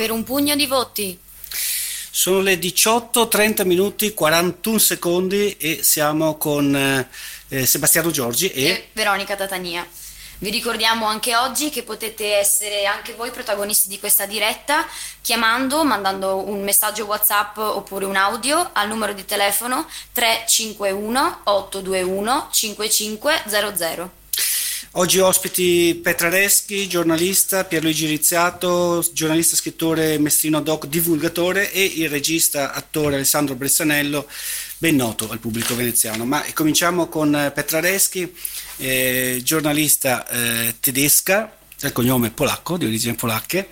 per un pugno di voti. Sono le 18, 30 minuti, 41 secondi e siamo con Sebastiano Giorgi E Veronica Tatania. Vi ricordiamo anche oggi che potete essere anche voi protagonisti di questa diretta mandando un messaggio WhatsApp oppure un audio al numero di telefono 351 821 5500. Oggi ospiti Petra Reschi, giornalista, Pierluigi Rizzato, giornalista, scrittore, mestrino doc, divulgatore, e il regista, attore Alessandro Bressanello, ben noto al pubblico veneziano. Ma cominciamo con Petra Reschi, giornalista tedesca, dal cognome polacco, di origini polacche,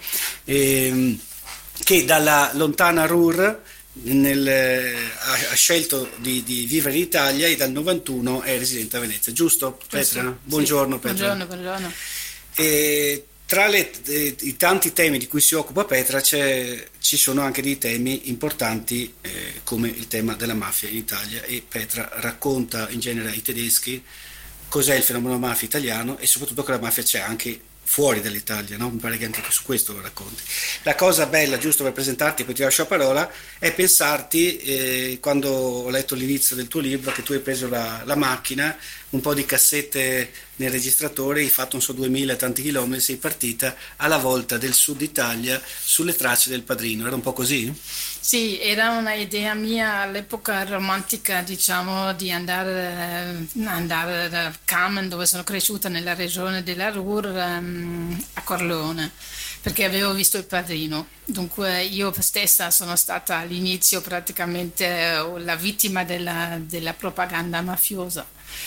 che dalla lontana Ruhr ha scelto di vivere in Italia e dal 91 è residente a Venezia, giusto Petra? Giusto. Buongiorno, sì. Petra. Buongiorno. E tra i tanti temi di cui si occupa Petra ci sono anche dei temi importanti come il tema della mafia in Italia, e Petra racconta in genere ai tedeschi cos'è il fenomeno mafia italiano e soprattutto che la mafia c'è anche fuori dall'Italia, no? Mi pare che anche su questo lo racconti. La cosa bella, giusto per presentarti, poi ti lascio la parola, è pensarti, quando ho letto l'inizio del tuo libro, che tu hai preso la macchina, un po' di cassette nel registratore, hai fatto 2000 e tanti chilometri, sei partita alla volta del sud Italia sulle tracce del Padrino, era un po' così? Sì, era una idea mia all'epoca romantica, diciamo, di andare da Kamen, dove sono cresciuta nella regione della Ruhr, a Corleone, perché avevo visto Il Padrino. Dunque io stessa sono stata all'inizio praticamente la vittima della propaganda mafiosa.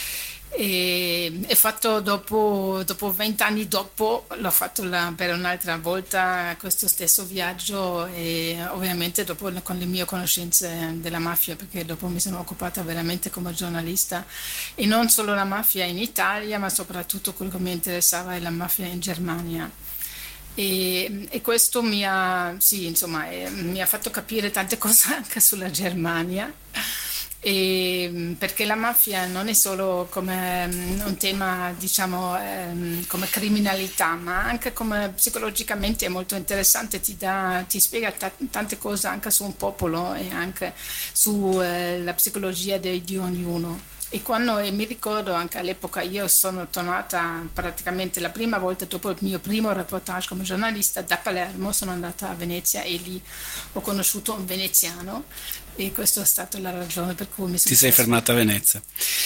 E fatto dopo 20 anni dopo, l'ho fatto per un'altra volta questo stesso viaggio, e ovviamente dopo con le mie conoscenze della mafia, perché dopo mi sono occupata veramente come giornalista, e non solo la mafia in Italia, ma soprattutto quello che mi interessava è la mafia in Germania. E questo sì, insomma, mi ha fatto capire tante cose anche sulla Germania. Perché la mafia non è solo come un tema, diciamo, come criminalità, ma anche come psicologicamente è molto interessante, ti spiega tante cose anche su un popolo e anche sulla psicologia di ognuno. E mi ricordo anche all'epoca, io sono tornata praticamente la prima volta dopo il mio primo reportage come giornalista da Palermo, sono andata a Venezia e lì ho conosciuto un veneziano, e questa è stata la ragione per cui mi sono... Ti sei fermata a Venezia.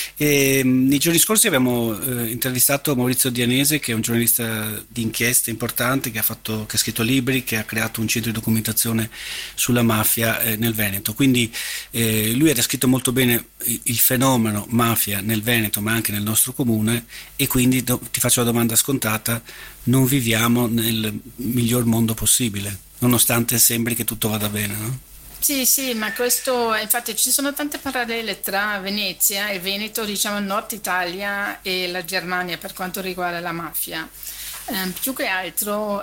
Nei giorni scorsi abbiamo intervistato Maurizio Dianese, che è un giornalista di inchieste importante, che ha scritto libri, che ha creato un centro di documentazione sulla mafia nel Veneto. Quindi lui ha descritto molto bene il fenomeno mafia nel Veneto, ma anche nel nostro comune, e quindi ti faccio la domanda scontata: non viviamo nel miglior mondo possibile, nonostante sembri che tutto vada bene, no? Sì, ma questo, infatti ci sono tante parallele tra Venezia e Veneto, diciamo Nord Italia e la Germania per quanto riguarda la mafia. Più che altro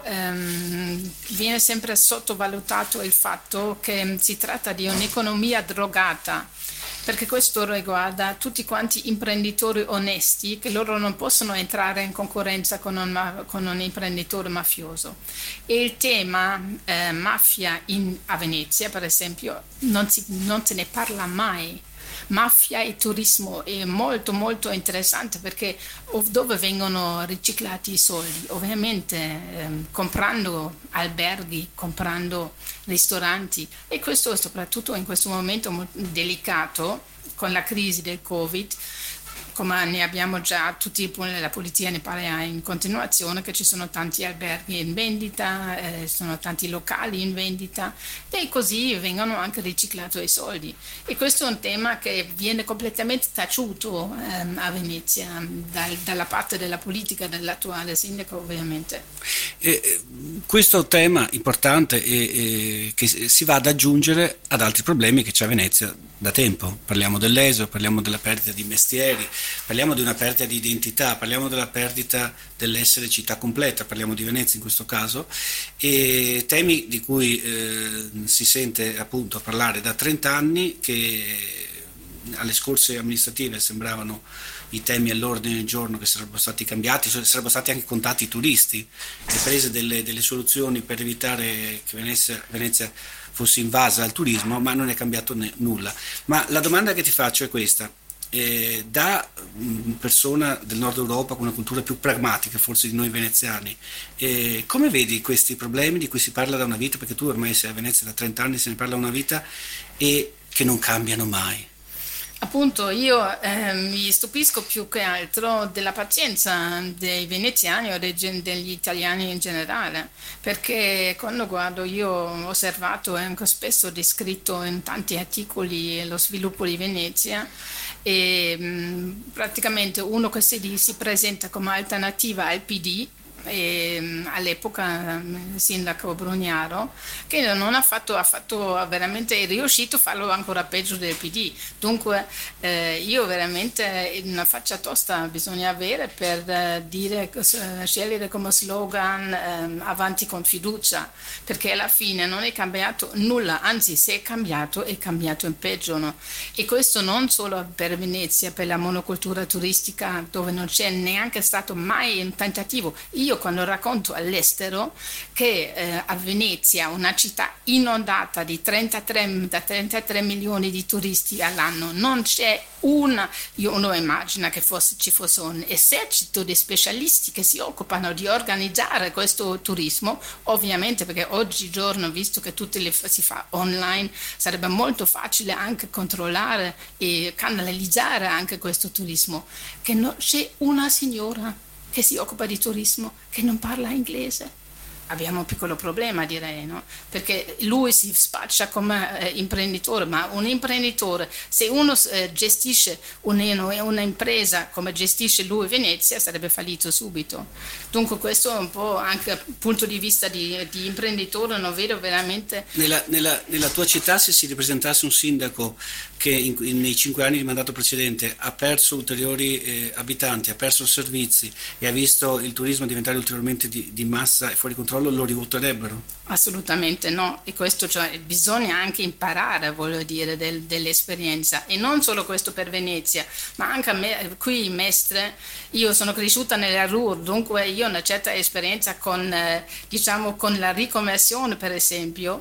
viene sempre sottovalutato il fatto che si tratta di un'economia drogata, perché questo riguarda tutti quanti imprenditori onesti, che loro non possono entrare in concorrenza con un imprenditore mafioso. E il tema mafia a Venezia, per esempio, non se ne parla mai. Mafia e turismo è molto molto interessante, perché dove vengono riciclati i soldi? Ovviamente comprando alberghi, comprando ristoranti, e questo soprattutto in questo momento molto delicato con la crisi del Covid, come ne abbiamo già la polizia ne parla in continuazione, che ci sono tanti alberghi in vendita, sono tanti locali in vendita, e così vengono anche riciclati i soldi. E questo è un tema che viene completamente taciuto a Venezia dalla parte della politica dell'attuale sindaco, ovviamente. Questo tema importante che si va ad aggiungere ad altri problemi che c'è a Venezia da tempo. Parliamo dell'esodo, parliamo della perdita di mestieri, parliamo di una perdita di identità, parliamo della perdita dell'essere città completa, parliamo di Venezia in questo caso, e temi di cui si sente appunto parlare da 30 anni, che alle scorse amministrative sembravano i temi all'ordine del giorno che sarebbero stati cambiati, sarebbero stati anche contati i turisti e prese delle soluzioni per evitare che Venezia fosse invasa dal turismo, ma non è cambiato nulla. Ma la domanda che ti faccio è questa. Da persona del nord Europa con una cultura più pragmatica forse di noi veneziani, come vedi questi problemi di cui si parla da una vita, perché tu ormai sei a Venezia da 30 anni, se ne parla da una vita e che non cambiano mai? Appunto, io mi stupisco più che altro della pazienza dei veneziani o degli italiani in generale, perché quando guardo, io ho osservato e anche spesso descritto in tanti articoli lo sviluppo di Venezia e praticamente uno che si presenta come alternativa al PD. E all'epoca il sindaco Brugnaro che non ha fatto veramente è riuscito a farlo ancora peggio del PD, dunque io veramente una faccia tosta bisogna avere per scegliere come slogan avanti con fiducia, perché alla fine non è cambiato nulla, anzi se è cambiato in peggio, no? E questo non solo per Venezia, per la monocultura turistica dove non c'è neanche stato mai un tentativo. Io quando racconto all'estero che a Venezia, una città inondata da 33 milioni di turisti all'anno, non c'è uno immagina che ci fosse un esercito di specialisti che si occupano di organizzare questo turismo, ovviamente perché oggigiorno, visto che si fa online, sarebbe molto facile anche controllare e canalizzare anche questo turismo, che non c'è una signora che si occupa di turismo che non parla inglese. Abbiamo un piccolo problema, direi, no? Perché lui si spaccia come imprenditore, ma un imprenditore, se uno gestisce una impresa come gestisce lui Venezia, sarebbe fallito subito. Dunque questo è un po' anche dal punto di vista di imprenditore, non vedo veramente... Nella tua città, se si ripresentasse un sindaco che nei 5 anni di mandato precedente ha perso ulteriori abitanti, ha perso servizi e ha visto il turismo diventare ulteriormente di massa e fuori controllo, lo rivoterebbero? Assolutamente no, e questo cioè, bisogna anche imparare, voglio dire, dell'esperienza, e non solo questo per Venezia, ma anche qui in Mestre. Io sono cresciuta nella Ruhr, dunque io ho una certa esperienza con la riconversione, per esempio.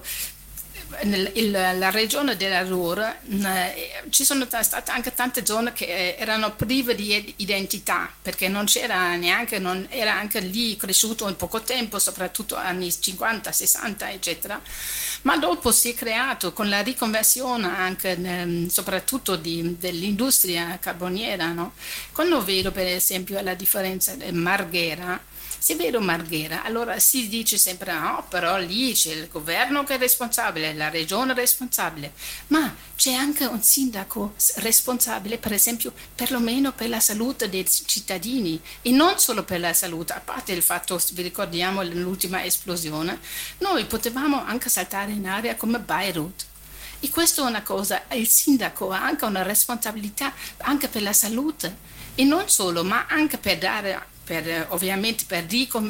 La regione della Ruhr ci sono state anche tante zone che erano prive di identità, perché non c'era neanche, non era anche lì cresciuto in poco tempo, soprattutto anni 50, 60 eccetera, ma dopo si è creato con la riconversione anche soprattutto dell'industria carboniera, no? Quando vedo per esempio la differenza di Marghera, se vedo Marghera, allora si dice sempre no, però lì c'è il governo che è responsabile, la regione è responsabile, ma c'è anche un sindaco responsabile, per esempio, perlomeno per la salute dei cittadini, e non solo per la salute, a parte il fatto, vi ricordiamo l'ultima esplosione, noi potevamo anche saltare in aria come Beirut. E questa è una cosa, il sindaco ha anche una responsabilità anche per la salute, e non solo, ma anche per dare... ovviamente per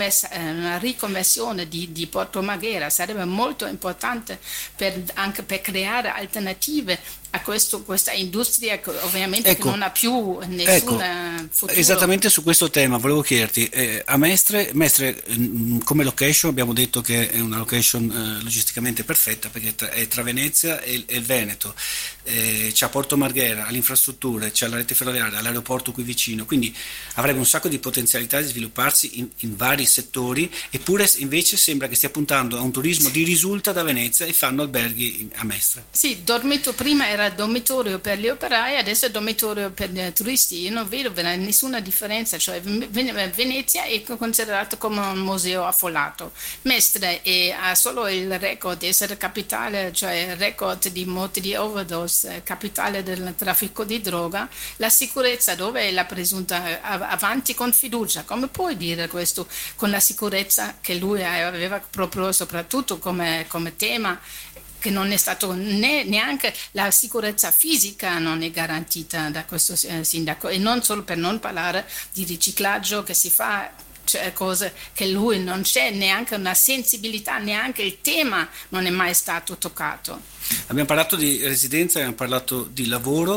una riconversione di Porto Marghera sarebbe molto importante anche per creare alternative a questa industria che ovviamente che non ha più nessun futuro. Esattamente su questo tema volevo chiederti, a Mestre come location abbiamo detto che è una location logisticamente perfetta perché è tra Venezia e il Veneto, c'ha Porto Marghera, le infrastrutture, c'è la rete ferroviaria, l'aeroporto qui vicino, quindi avrebbe un sacco di potenzialità di svilupparsi in vari settori, eppure invece sembra che stia puntando a un turismo di risulta da Venezia e fanno alberghi a Mestre. Sì, prima era dormitorio per gli operai, adesso è dormitorio per gli turisti. Io non vedo nessuna differenza, cioè Venezia è considerato come un museo affollato. Mestre ha solo il record di essere capitale, cioè il record di morti di overdose, capitale del traffico di droga. La sicurezza dove è la presunta? Avanti con fiducia. Come puoi dire questo con la sicurezza che lui aveva proprio soprattutto come tema, che non è stato neanche la sicurezza fisica non è garantita da questo sindaco, e non solo per non parlare di riciclaggio che si fa, cioè cose che lui non c'è neanche una sensibilità, neanche il tema non è mai stato toccato. Abbiamo parlato di residenza, abbiamo parlato di lavoro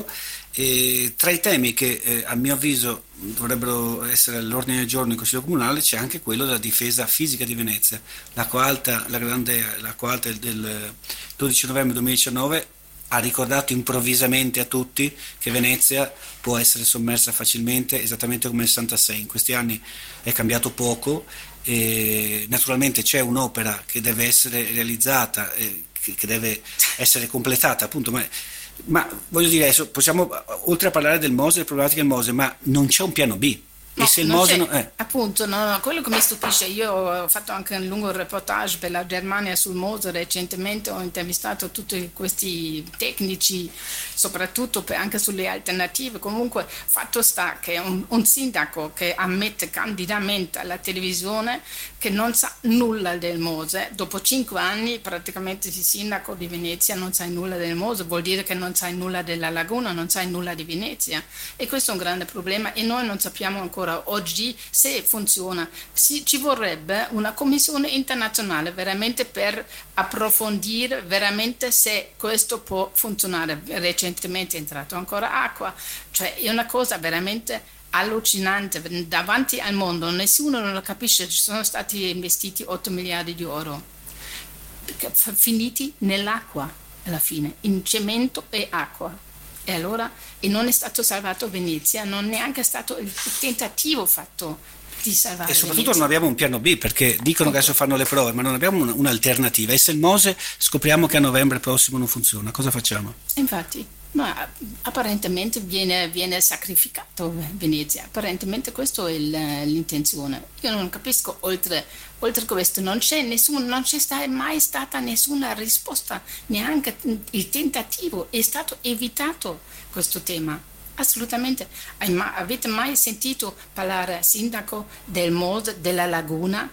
E tra i temi che a mio avviso dovrebbero essere all'ordine del giorno in Consiglio Comunale c'è anche quello della difesa fisica di Venezia. L'acqua alta, l'acqua alta del 12 novembre 2019 ha ricordato improvvisamente a tutti che Venezia può essere sommersa facilmente, esattamente come nel 66. In questi anni è cambiato poco e naturalmente c'è un'opera che deve essere realizzata, che deve essere completata, appunto, ma voglio dire, adesso possiamo, oltre a parlare del Mose, delle problematiche del Mose, ma non c'è un piano B. E No, se il non Mose c'è, appunto, no, quello che mi stupisce, io ho fatto anche un lungo reportage per la Germania sul Mose recentemente, ho intervistato tutti questi tecnici, soprattutto anche sulle alternative. Comunque, fatto sta che un sindaco che ammette candidamente alla televisione che non sa nulla del Mose, dopo 5 anni praticamente il sindaco di Venezia non sa nulla del Mose, vuol dire che non sa nulla della laguna, non sa nulla di Venezia, e questo è un grande problema e noi non sappiamo ancora oggi se funziona. Ci vorrebbe una commissione internazionale veramente per approfondire veramente se questo può funzionare. Recentemente è entrato ancora acqua, cioè è una cosa veramente allucinante davanti al mondo, nessuno non lo capisce. Ci sono stati investiti 8 miliardi di euro finiti nell'acqua alla fine, in cemento e acqua. E allora, e non è stato salvato Venezia, non è neanche stato il tentativo fatto di salvare E soprattutto Venezia. non abbiamo un piano B, perché dicono che adesso fanno le prove, ma non abbiamo un'alternativa. E se il Mose scopriamo che a novembre prossimo non funziona, cosa facciamo? Infatti, ma apparentemente viene sacrificato Venezia, apparentemente questa è l'intenzione. Io non capisco, oltre questo non c'è mai stata nessuna risposta, neanche il tentativo, è stato evitato questo tema. Assolutamente. Avete mai sentito parlare, sindaco, del Mose, della laguna,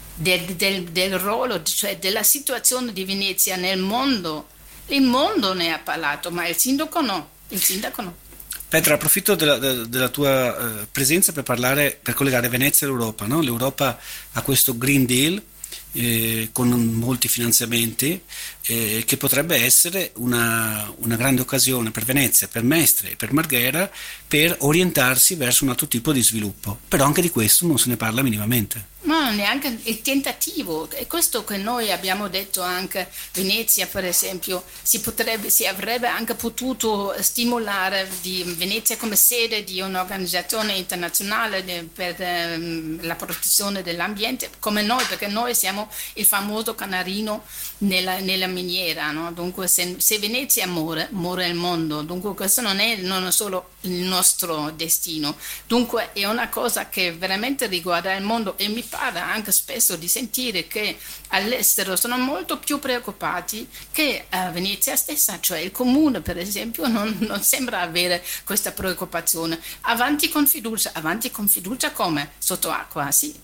del ruolo, cioè della situazione di Venezia nel mondo? Il mondo ne ha parlato, ma il sindaco no. Il sindaco no. Petra, approfitto della tua presenza per parlare, per collegare Venezia all'Europa, no? L'Europa ha questo Green Deal con molti finanziamenti che potrebbe essere una grande occasione per Venezia, per Mestre e per Marghera per orientarsi verso un altro tipo di sviluppo. Però anche di questo non se ne parla minimamente. No, neanche il tentativo, è questo che noi abbiamo detto anche. Venezia, per esempio, si avrebbe anche potuto stimolare di Venezia come sede di un'organizzazione internazionale per la protezione dell'ambiente, come noi, perché noi siamo il famoso canarino nella miniera, no? Dunque se Venezia muore il mondo, dunque questo non è solo il nostro destino, dunque è una cosa che veramente riguarda il mondo, e mi pare anche spesso di sentire che all'estero sono molto più preoccupati che a Venezia stessa, cioè il comune per esempio non sembra avere questa preoccupazione. Avanti con fiducia come? Sotto acqua, sì.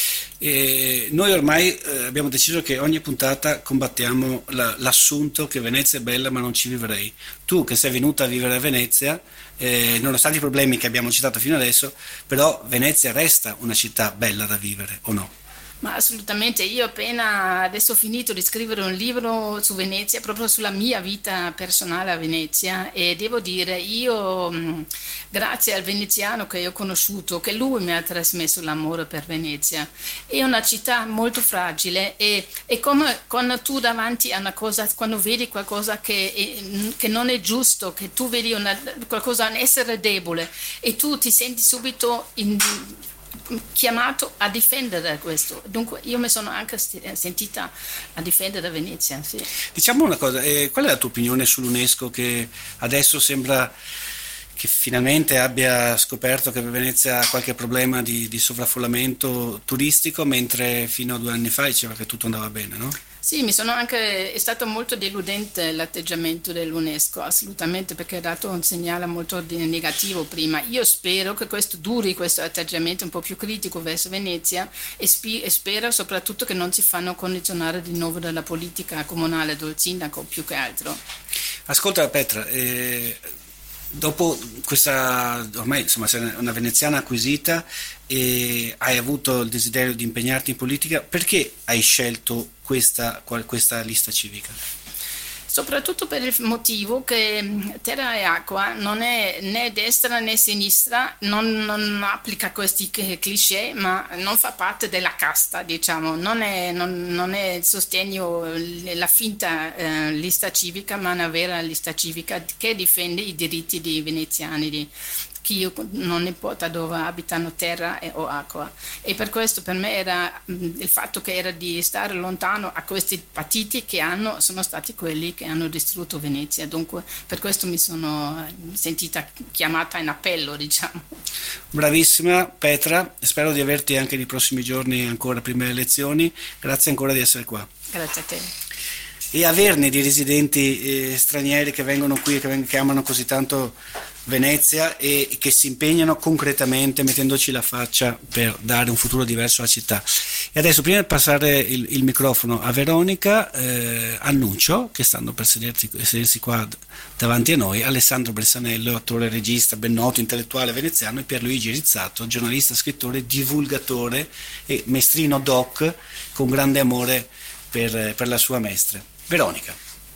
E noi ormai abbiamo deciso che ogni puntata combattiamo l'assunto che Venezia è bella ma non ci vivrei. Tu che sei venuta a vivere a Venezia, nonostante i problemi che abbiamo citato fino adesso, però Venezia resta una città bella da vivere, o no? Ma assolutamente, io appena adesso ho finito di scrivere un libro su Venezia, proprio sulla mia vita personale a Venezia, e devo dire, grazie al veneziano che ho conosciuto, che lui mi ha trasmesso l'amore per Venezia. È una città molto fragile e è come quando tu davanti a una cosa, quando vedi qualcosa che non è giusto, che tu vedi qualcosa, un essere debole, e tu ti senti subito chiamato a difendere questo. Dunque io mi sono anche sentita a difendere Venezia, sì. Diciamo una cosa, qual è la tua opinione sull'UNESCO che adesso sembra che finalmente abbia scoperto che Venezia ha qualche problema di sovraffollamento turistico, mentre fino a 2 anni fa diceva che tutto andava bene, no? Sì, è stato molto deludente l'atteggiamento dell'UNESCO, assolutamente, perché ha dato un segnale molto negativo prima. Io spero che questo duri, questo atteggiamento un po' più critico verso Venezia, e spero soprattutto che non si fanno condizionare di nuovo dalla politica comunale, del sindaco più che altro. Ascolta Petra, dopo questa, ormai insomma sei una veneziana acquisita e hai avuto il desiderio di impegnarti in politica, perché hai scelto questa lista civica? soprattutto per il motivo che Terra e Acqua non è né destra né sinistra, non applica questi cliché, ma non fa parte della casta, diciamo, non è il sostegno, la finta lista civica, ma una vera lista civica che difende i diritti dei veneziani, di chi non importa dove abitano terra o acqua. E per questo per me era il fatto che era di stare lontano a questi partiti che sono stati quelli che hanno distrutto Venezia. Dunque per questo mi sono sentita chiamata in appello, diciamo. Bravissima Petra, spero di averti anche nei prossimi giorni ancora prima delle elezioni. Grazie ancora di essere qua. Grazie a te. E averne di residenti stranieri che vengono qui, che amano così tanto Venezia e che si impegnano concretamente mettendoci la faccia per dare un futuro diverso alla città. E adesso, prima di passare il microfono a Veronica, annuncio che stanno per sedersi qua davanti a noi Alessandro Bressanello, attore, regista ben noto, intellettuale veneziano, e Pierluigi Rizzato, giornalista, scrittore, divulgatore e maestrino doc con grande amore per la sua maestra. Veronica.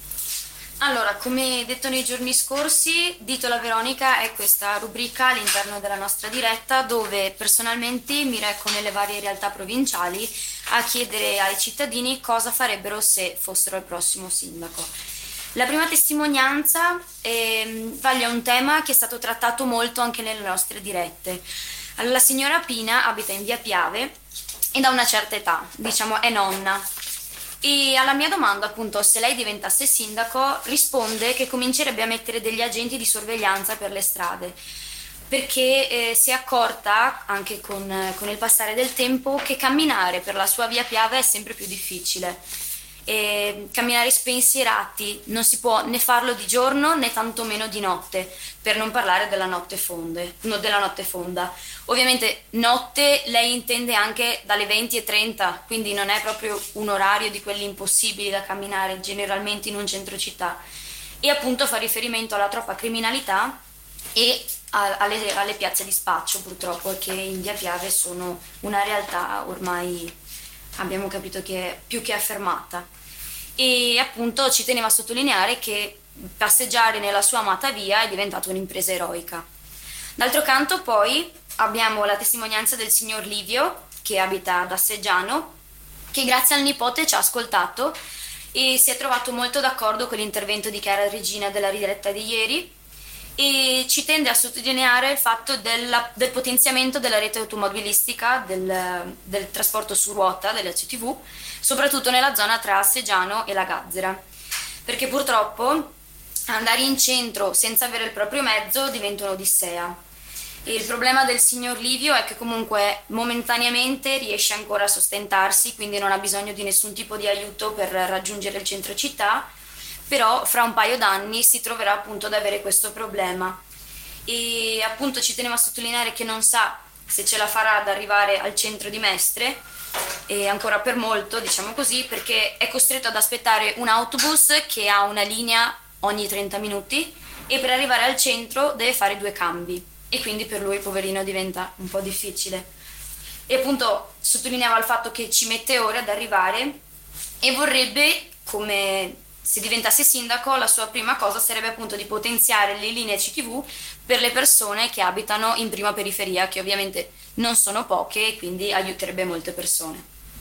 Allora, come detto nei giorni scorsi, Dito la Veronica è questa rubrica all'interno della nostra diretta dove personalmente mi reco nelle varie realtà provinciali a chiedere ai cittadini cosa farebbero se fossero il prossimo sindaco. La prima testimonianza vaglia un tema che è stato trattato molto anche nelle nostre dirette. La signora Pina abita in via Piave ed ha una certa età, diciamo è nonna. E alla mia domanda, appunto, se lei diventasse sindaco, risponde che comincerebbe a mettere degli agenti di sorveglianza per le strade, perché si è accorta, anche con il passare del tempo, che camminare per la sua via Piave è sempre più difficile. E camminare spensierati non si può né farlo di giorno né tantomeno di notte, per non parlare della notte fonda. Ovviamente notte lei intende anche dalle 20:30, quindi non è proprio un orario di quelli impossibili da camminare generalmente in un centro città, e appunto fa riferimento alla troppa criminalità e alle piazze di spaccio, purtroppo, che in via Piave sono una realtà ormai abbiamo capito che è più che affermata. E appunto ci teneva a sottolineare che passeggiare nella sua amata via è diventata un'impresa eroica. D'altro canto poi abbiamo la testimonianza del signor Livio, che abita ad Asseggiano, che grazie al nipote ci ha ascoltato e si è trovato molto d'accordo con l'intervento di Chiara Regina della diretta di ieri, e ci tende a sottolineare il fatto del potenziamento della rete automobilistica, del trasporto su ruota, delle CTV, soprattutto nella zona tra Asseggiano e la Gazzera, perché purtroppo andare in centro senza avere il proprio mezzo diventa un'odissea. E il problema del signor Livio è che comunque momentaneamente riesce ancora a sostentarsi, quindi non ha bisogno di nessun tipo di aiuto per raggiungere il centro città, però fra un paio d'anni si troverà appunto ad avere questo problema. E appunto ci tenevo a sottolineare che non sa se ce la farà ad arrivare al centro di Mestre, e ancora per molto, diciamo così, perché è costretto ad aspettare un autobus che ha una linea ogni 30 minuti e per arrivare al centro deve fare 2 cambi, e quindi per lui, poverino, diventa un po' difficile. E appunto sottolineava il fatto che ci mette ore ad arrivare e vorrebbe, come se diventasse sindaco, la sua prima cosa sarebbe appunto di potenziare le linee CTV per le persone che abitano in prima periferia, che ovviamente non sono poche e quindi aiuterebbe molte persone.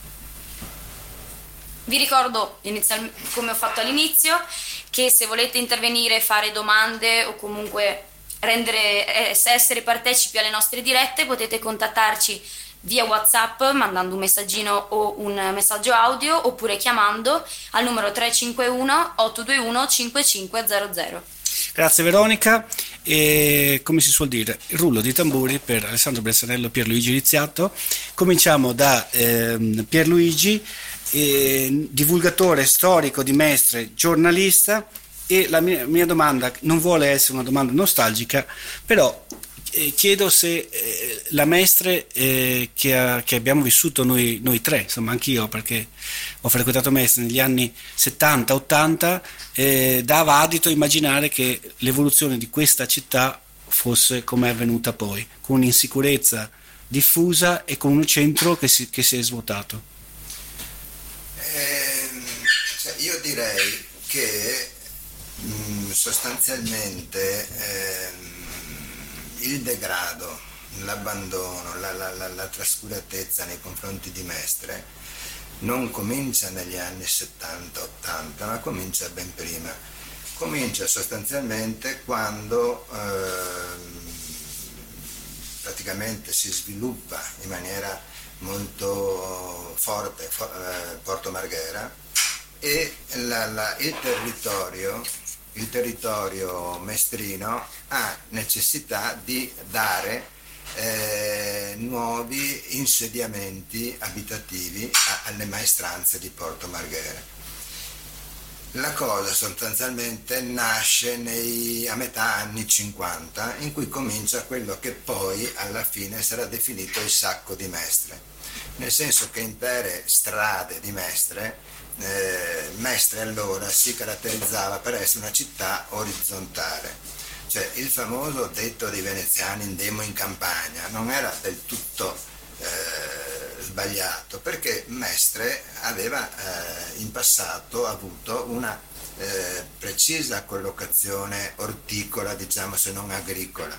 Vi ricordo, come ho fatto all'inizio, che se volete intervenire, fare domande o comunque essere partecipi alle nostre dirette, potete contattarci via WhatsApp mandando un messaggino o un messaggio audio, oppure chiamando al numero 351 821 5500. Grazie Veronica, e come si suol dire, il rullo di tamburi per Alessandro Bressanello e Pierluigi Rizzato. Cominciamo da Pierluigi, divulgatore storico di Mestre, giornalista, e la mia domanda non vuole essere una domanda nostalgica, però chiedo se la Mestre che abbiamo vissuto noi tre, insomma anch'io perché ho frequentato Mestre negli anni 70-80, dava adito a immaginare che l'evoluzione di questa città fosse come è avvenuta poi, con un'insicurezza diffusa e con un centro che si è svuotato. Io direi che sostanzialmente il degrado, l'abbandono, la trascuratezza nei confronti di Mestre non comincia negli anni 70-80, ma comincia ben prima. Comincia sostanzialmente quando praticamente si sviluppa in maniera molto forte Porto Marghera e il territorio mestrino ha necessità di dare nuovi insediamenti abitativi alle maestranze di Porto Marghera. La cosa sostanzialmente nasce a metà anni 50, in cui comincia quello che poi alla fine sarà definito il sacco di Mestre, nel senso che intere strade di Mestre allora si caratterizzava per essere una città orizzontale, cioè il famoso detto dei veneziani "indemo in campagna" non era del tutto sbagliato, perché Mestre aveva in passato avuto una precisa collocazione orticola, diciamo, se non agricola,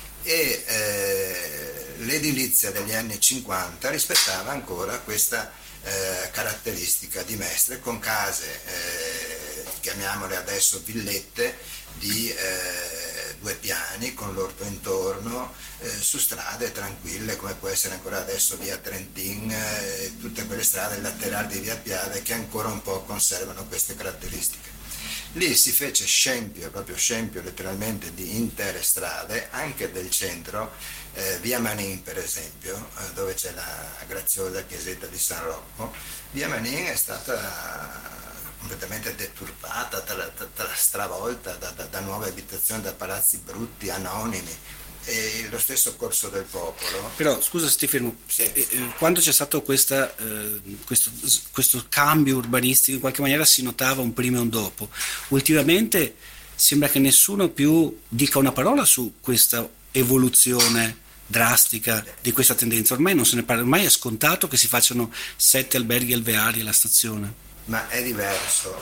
e l'edilizia degli anni 50 rispettava ancora questa caratteristica di Mestre, con case, chiamiamole adesso villette, di 2 piani con l'orto intorno, su strade tranquille come può essere ancora adesso via Trentin, tutte quelle strade laterali di via Piave che ancora un po' conservano queste caratteristiche. Lì si fece scempio, proprio scempio letteralmente, di intere strade, anche del centro, via Manin per esempio, dove c'è la graziosa chiesetta di San Rocco. Via Manin è stata completamente deturpata, stravolta da nuove abitazioni, da palazzi brutti, anonimi, e lo stesso Corso del Popolo. Però scusa se ti fermo, Sì. quando c'è stato questo cambio urbanistico, in qualche maniera si notava un prima e un dopo. Ultimamente sembra che nessuno più dica una parola su questa evoluzione drastica di questa tendenza. Ormai non se ne parla, ormai è scontato che si facciano 7 alberghi alveari alla stazione. Ma è diverso.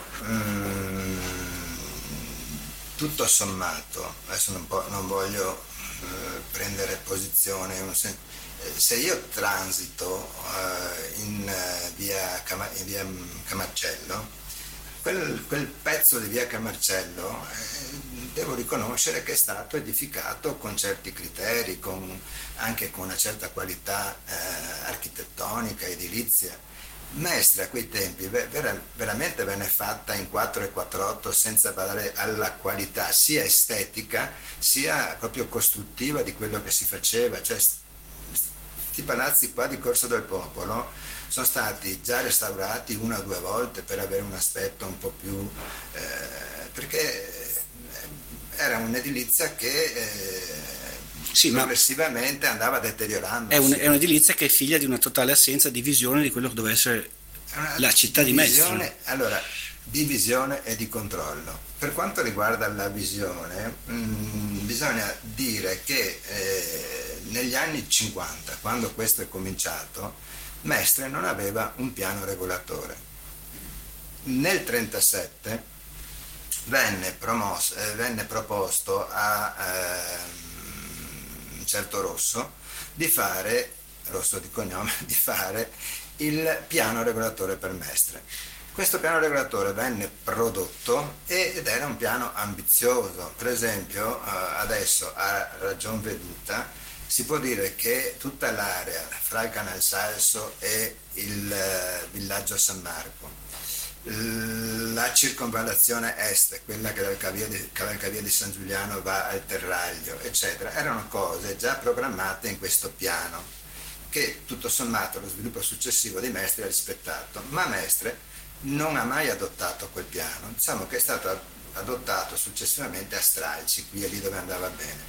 Tutto sommato, adesso non voglio prendere posizione, se io transito in via Camarcello, quel pezzo di via Camarcello devo riconoscere che è stato edificato con certi criteri, anche con una certa qualità architettonica, edilizia. Mestre a quei tempi veramente venne fatta in 4,48 senza badare alla qualità sia estetica sia proprio costruttiva di quello che si faceva. Cioè, questi palazzi qua di Corso del Popolo sono stati già restaurati 1 o 2 volte per avere un aspetto un po' più perché era un'edilizia che Sì, progressivamente andava deteriorando. È un'edilizia che è figlia di una totale assenza di visione di quello che doveva essere la città di Mestre. Allora, di visione e di controllo. Per quanto riguarda la visione, bisogna dire che negli anni 50, quando questo è cominciato, Mestre non aveva un piano regolatore. Nel 1937 venne proposto a certo Rosso di cognome, di fare il piano regolatore per Mestre. Questo piano regolatore venne prodotto ed era un piano ambizioso. Per esempio, adesso a ragion veduta si può dire che tutta l'area fra il Canal Salso e il villaggio San Marco, la circonvallazione est, quella che dal cavalcavia di San Giuliano va al Terraglio, eccetera, erano cose già programmate in questo piano che tutto sommato lo sviluppo successivo di Mestre ha rispettato, ma Mestre non ha mai adottato quel piano. Diciamo che è stato adottato successivamente a stralci, qui e lì dove andava bene.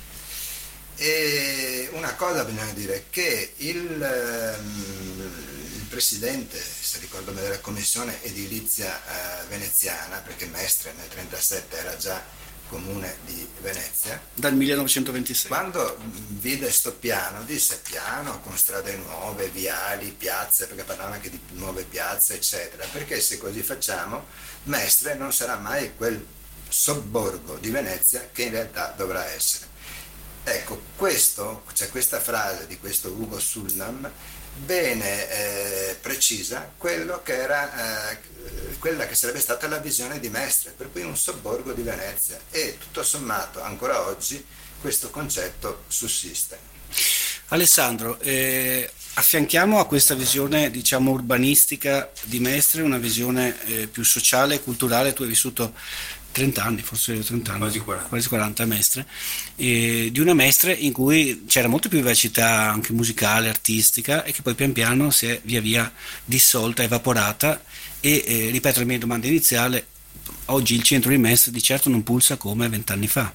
E una cosa bisogna dire, che il presidente, se ricordo bene, della commissione edilizia veneziana, perché Mestre nel 1937 era già comune di Venezia, Dal 1926. quando vide sto piano disse: piano con strade nuove, viali, piazze, perché parlava anche di nuove piazze, eccetera, perché se così facciamo Mestre non sarà mai quel sobborgo di Venezia che in realtà dovrà essere. Ecco, questa frase di questo Ugo Sullam bene precisa quello che era quella che sarebbe stata la visione di Mestre, per cui un sobborgo di Venezia, e tutto sommato ancora oggi questo concetto sussiste. Alessandro, affianchiamo a questa visione, diciamo, urbanistica di Mestre una visione più sociale e culturale. Tu hai vissuto 30 anni, forse 30 anni, quasi 40 a Mestre, di una Mestre in cui c'era molto più vivacità anche musicale, artistica, e che poi pian piano si è via via dissolta, evaporata, e ripeto la mia domanda iniziale: oggi il centro di Mestre di certo non pulsa come 20 anni fa.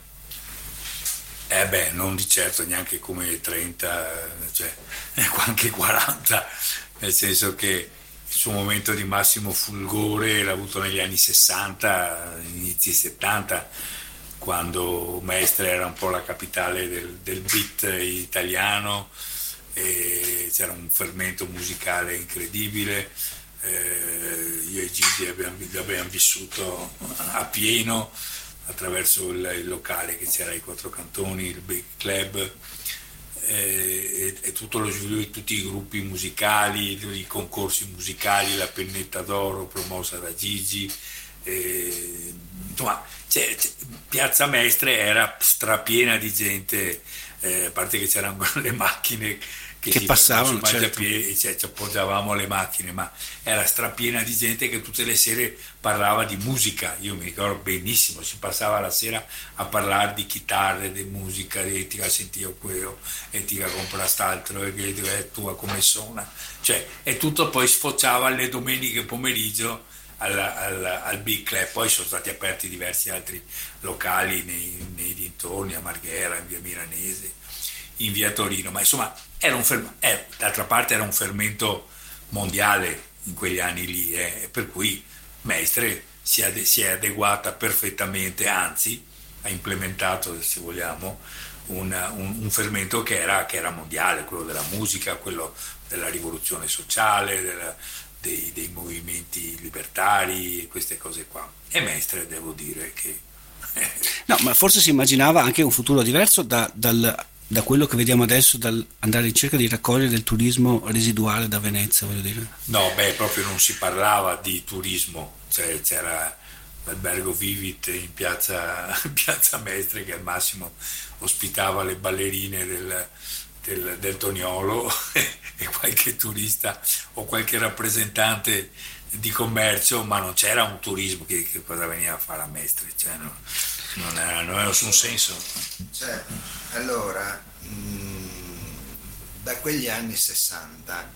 Non di certo neanche come 30, cioè anche 40, nel senso che il suo momento di massimo fulgore l'ha avuto negli anni 60, inizi 70, quando Mestre era un po' la capitale del beat italiano, e c'era un fermento musicale incredibile. Io e Gigi l'abbiamo vissuto a pieno attraverso il locale che c'era ai Quattro Cantoni, il Big Club, e tutto lo sviluppo di tutti i gruppi musicali, i concorsi musicali, la Pennetta d'Oro promossa da Gigi, insomma, Piazza Mestre era strapiena di gente, a parte che c'erano le macchine che passavano, certo. Ci appoggiavamo alle macchine, ma era strapiena di gente che tutte le sere parlava di musica. Io mi ricordo benissimo, si passava la sera a parlare di chitarre, di musica, di ti sentivo quello, e ti compra quest'altro, e che tua come suona, cioè, e tutto poi sfociava le domeniche pomeriggio al Big Club. Poi sono stati aperti diversi altri locali nei dintorni, a Marghera, in via Milanese, in via Torino, ma insomma d'altra parte era un fermento mondiale in quegli anni lì, per cui Mestre si è adeguata perfettamente, anzi ha implementato, se vogliamo, un fermento che era mondiale, quello della musica, quello della rivoluzione sociale, dei movimenti libertari, queste cose qua. E Mestre, devo dire che no, ma forse si immaginava anche un futuro diverso da quello che vediamo adesso, dal andare in cerca di raccogliere del turismo residuale da Venezia, voglio dire. No, proprio non si parlava di turismo, cioè, c'era l'albergo Vivit in piazza Mestre, che al massimo ospitava le ballerine del Toniolo e qualche turista o qualche rappresentante di commercio, ma non c'era un turismo che cosa veniva a fare a Mestre, cioè, non aveva nessun senso. Cioè, allora, da quegli anni 60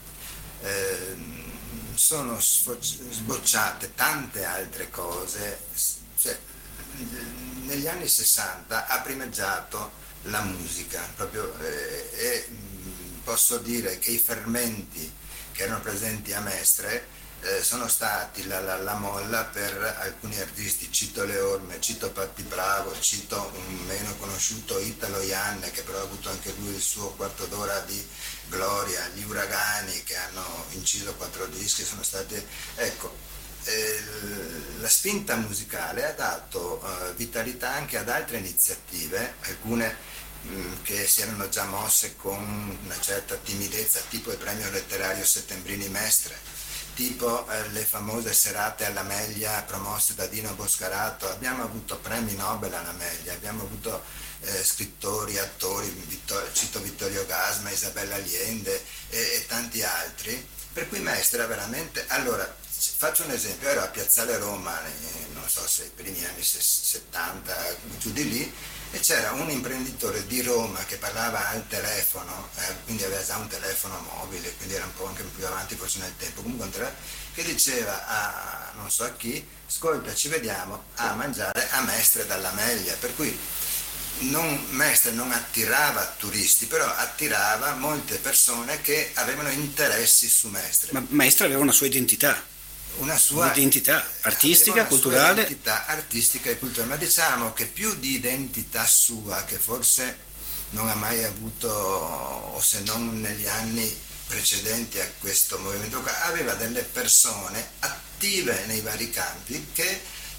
sono sbocciate tante altre cose. Cioè, negli anni 60 ha primeggiato la musica proprio, e posso dire che i fermenti che erano presenti a Mestre sono stati la molla per alcuni artisti. Cito Le Orme, cito Patti Bravo, cito un meno conosciuto Italo Ianne, che però ha avuto anche lui il suo quarto d'ora di gloria, gli Uragani, che hanno inciso 4 dischi, sono stati, ecco, la spinta musicale ha dato vitalità anche ad altre iniziative, alcune che si erano già mosse con una certa timidezza, tipo il premio letterario Settembrini Mestre, tipo le famose serate alla Meglia promosse da Dino Boscarato. Abbiamo avuto premi Nobel alla Meglia, abbiamo avuto scrittori, attori, cito Vittorio Gasma, Isabella Allende e tanti altri, per cui Mestre era veramente... Allora, faccio un esempio, ero a Piazzale Roma, non so se i primi anni 70, giù di lì, e c'era un imprenditore di Roma che parlava al telefono, quindi aveva già un telefono mobile, quindi era un po' anche più avanti forse nel tempo, comunque che diceva a non so a chi: ascolta, ci vediamo a mangiare a Mestre dalla Meglia. Per cui Mestre non attirava turisti, però attirava molte persone che avevano interessi su Mestre. Ma Mestre aveva una sua identità. Una sua identità artistica, culturale. Identità artistica e culturale, ma diciamo che più di identità sua, che forse non ha mai avuto, o se non negli anni precedenti a questo movimento, aveva delle persone attive nei vari campi che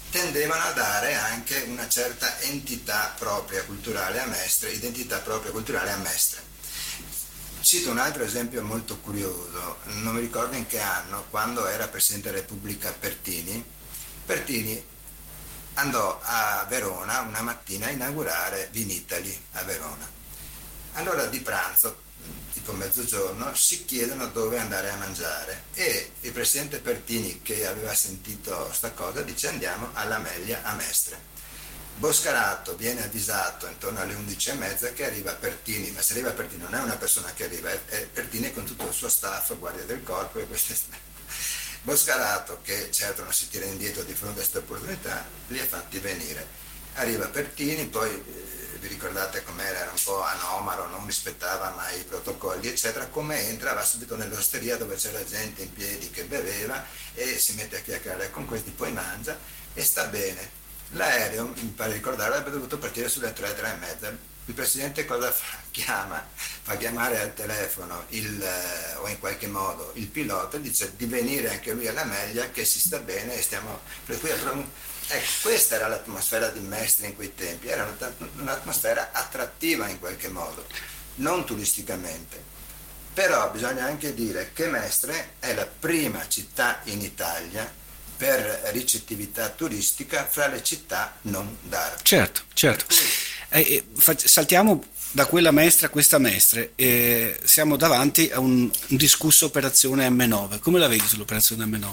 tendevano a dare anche una certa entità propria culturale a Mestre, identità propria culturale a Mestre. Cito un altro esempio molto curioso, non mi ricordo in che anno, quando era Presidente della Repubblica Pertini andò a Verona una mattina a inaugurare Vinitaly a Verona. All'ora di pranzo, tipo mezzogiorno, si chiedono dove andare a mangiare e il Presidente Pertini, che aveva sentito sta cosa, dice andiamo all'Amelia a Mestre. Boscarato viene avvisato intorno alle 11:30 che arriva Pertini, ma se arriva Pertini non è una persona che arriva, è Pertini con tutto il suo staff, guardia del corpo e queste. Boscarato, che certo non si tira indietro di fronte a questa opportunità, li ha fatti venire. Arriva Pertini, poi vi ricordate com'era, era un po' anomalo, non rispettava mai i protocolli, eccetera. Come entra, va subito nell'osteria dove c'era gente in piedi che beveva e si mette a chiacchierare con questi, poi mangia e sta bene. L'aereo, mi pare ricordare, avrebbe dovuto partire sulle 3:30. Il Presidente cosa fa? Fa chiamare al telefono o in qualche modo il pilota e dice di venire anche lui alla Meglia, che si sta bene e stiamo. Per cui, ecco, questa era l'atmosfera di Mestre in quei tempi, era un'atmosfera attrattiva in qualche modo, non turisticamente. Però bisogna anche dire che Mestre è la prima città in Italia per ricettività turistica fra le città non d'arte. Certo. Saltiamo da quella Mestre a questa Mestre. Siamo davanti a un discusso operazione M9. Come la vedi sull'operazione M9?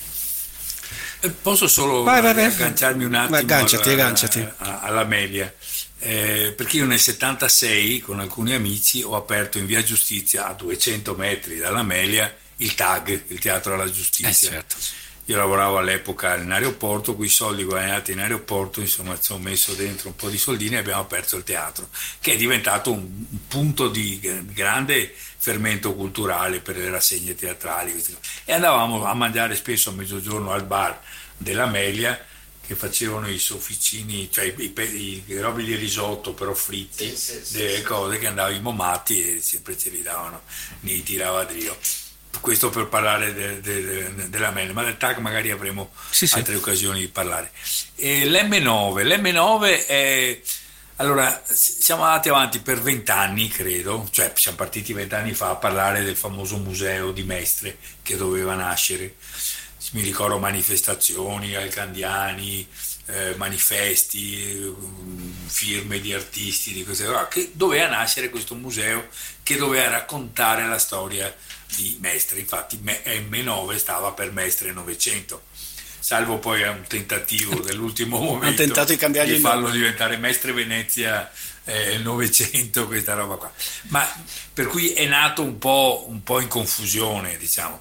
Posso solo agganciarmi un attimo agganciati. alla Melia, perché io nel 76 con alcuni amici ho aperto in via Giustizia, a 200 metri dalla Melia, il TAG, il Teatro alla Giustizia. Certo. Io lavoravo all'epoca in aeroporto, con i soldi guadagnati in aeroporto, insomma ci ho messo dentro un po' di soldini e abbiamo aperto il teatro, che è diventato un punto di grande fermento culturale per le rassegne teatrali. E andavamo a mangiare spesso a mezzogiorno al bar della Melia, che facevano i sofficini, cioè i robi di risotto però fritti, delle cose che andavamo matti e sempre ce li davano nei tiravadrio. Questo per parlare della Melia, ma del TAG magari avremo altre occasioni di parlare. E l'M9 è. Allora, siamo andati avanti per 20 anni, credo, cioè siamo partiti 20 anni fa a parlare del famoso museo di Mestre che doveva nascere. Mi ricordo manifestazioni, alcandiani, manifesti, firme di artisti, di queste cose, che doveva nascere questo museo che doveva raccontare la storia di Mestre. Infatti M9 stava per Mestre 900, salvo poi un tentativo dell'ultimo momento di farlo diventare Mestre Venezia 900, questa roba qua, ma per cui è nato un po' in confusione, diciamo.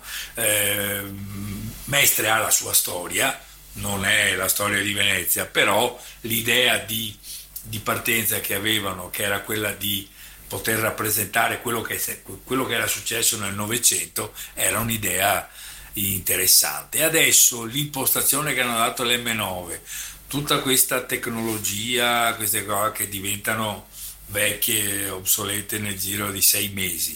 Mestre ha la sua storia, non è la storia di Venezia, però l'idea di partenza che avevano, che era quella di poter rappresentare quello che era successo nel Novecento, era un'idea interessante. E adesso l'impostazione che hanno dato l'M9, tutta questa tecnologia, queste cose che diventano vecchie, obsolete nel giro di 6 mesi,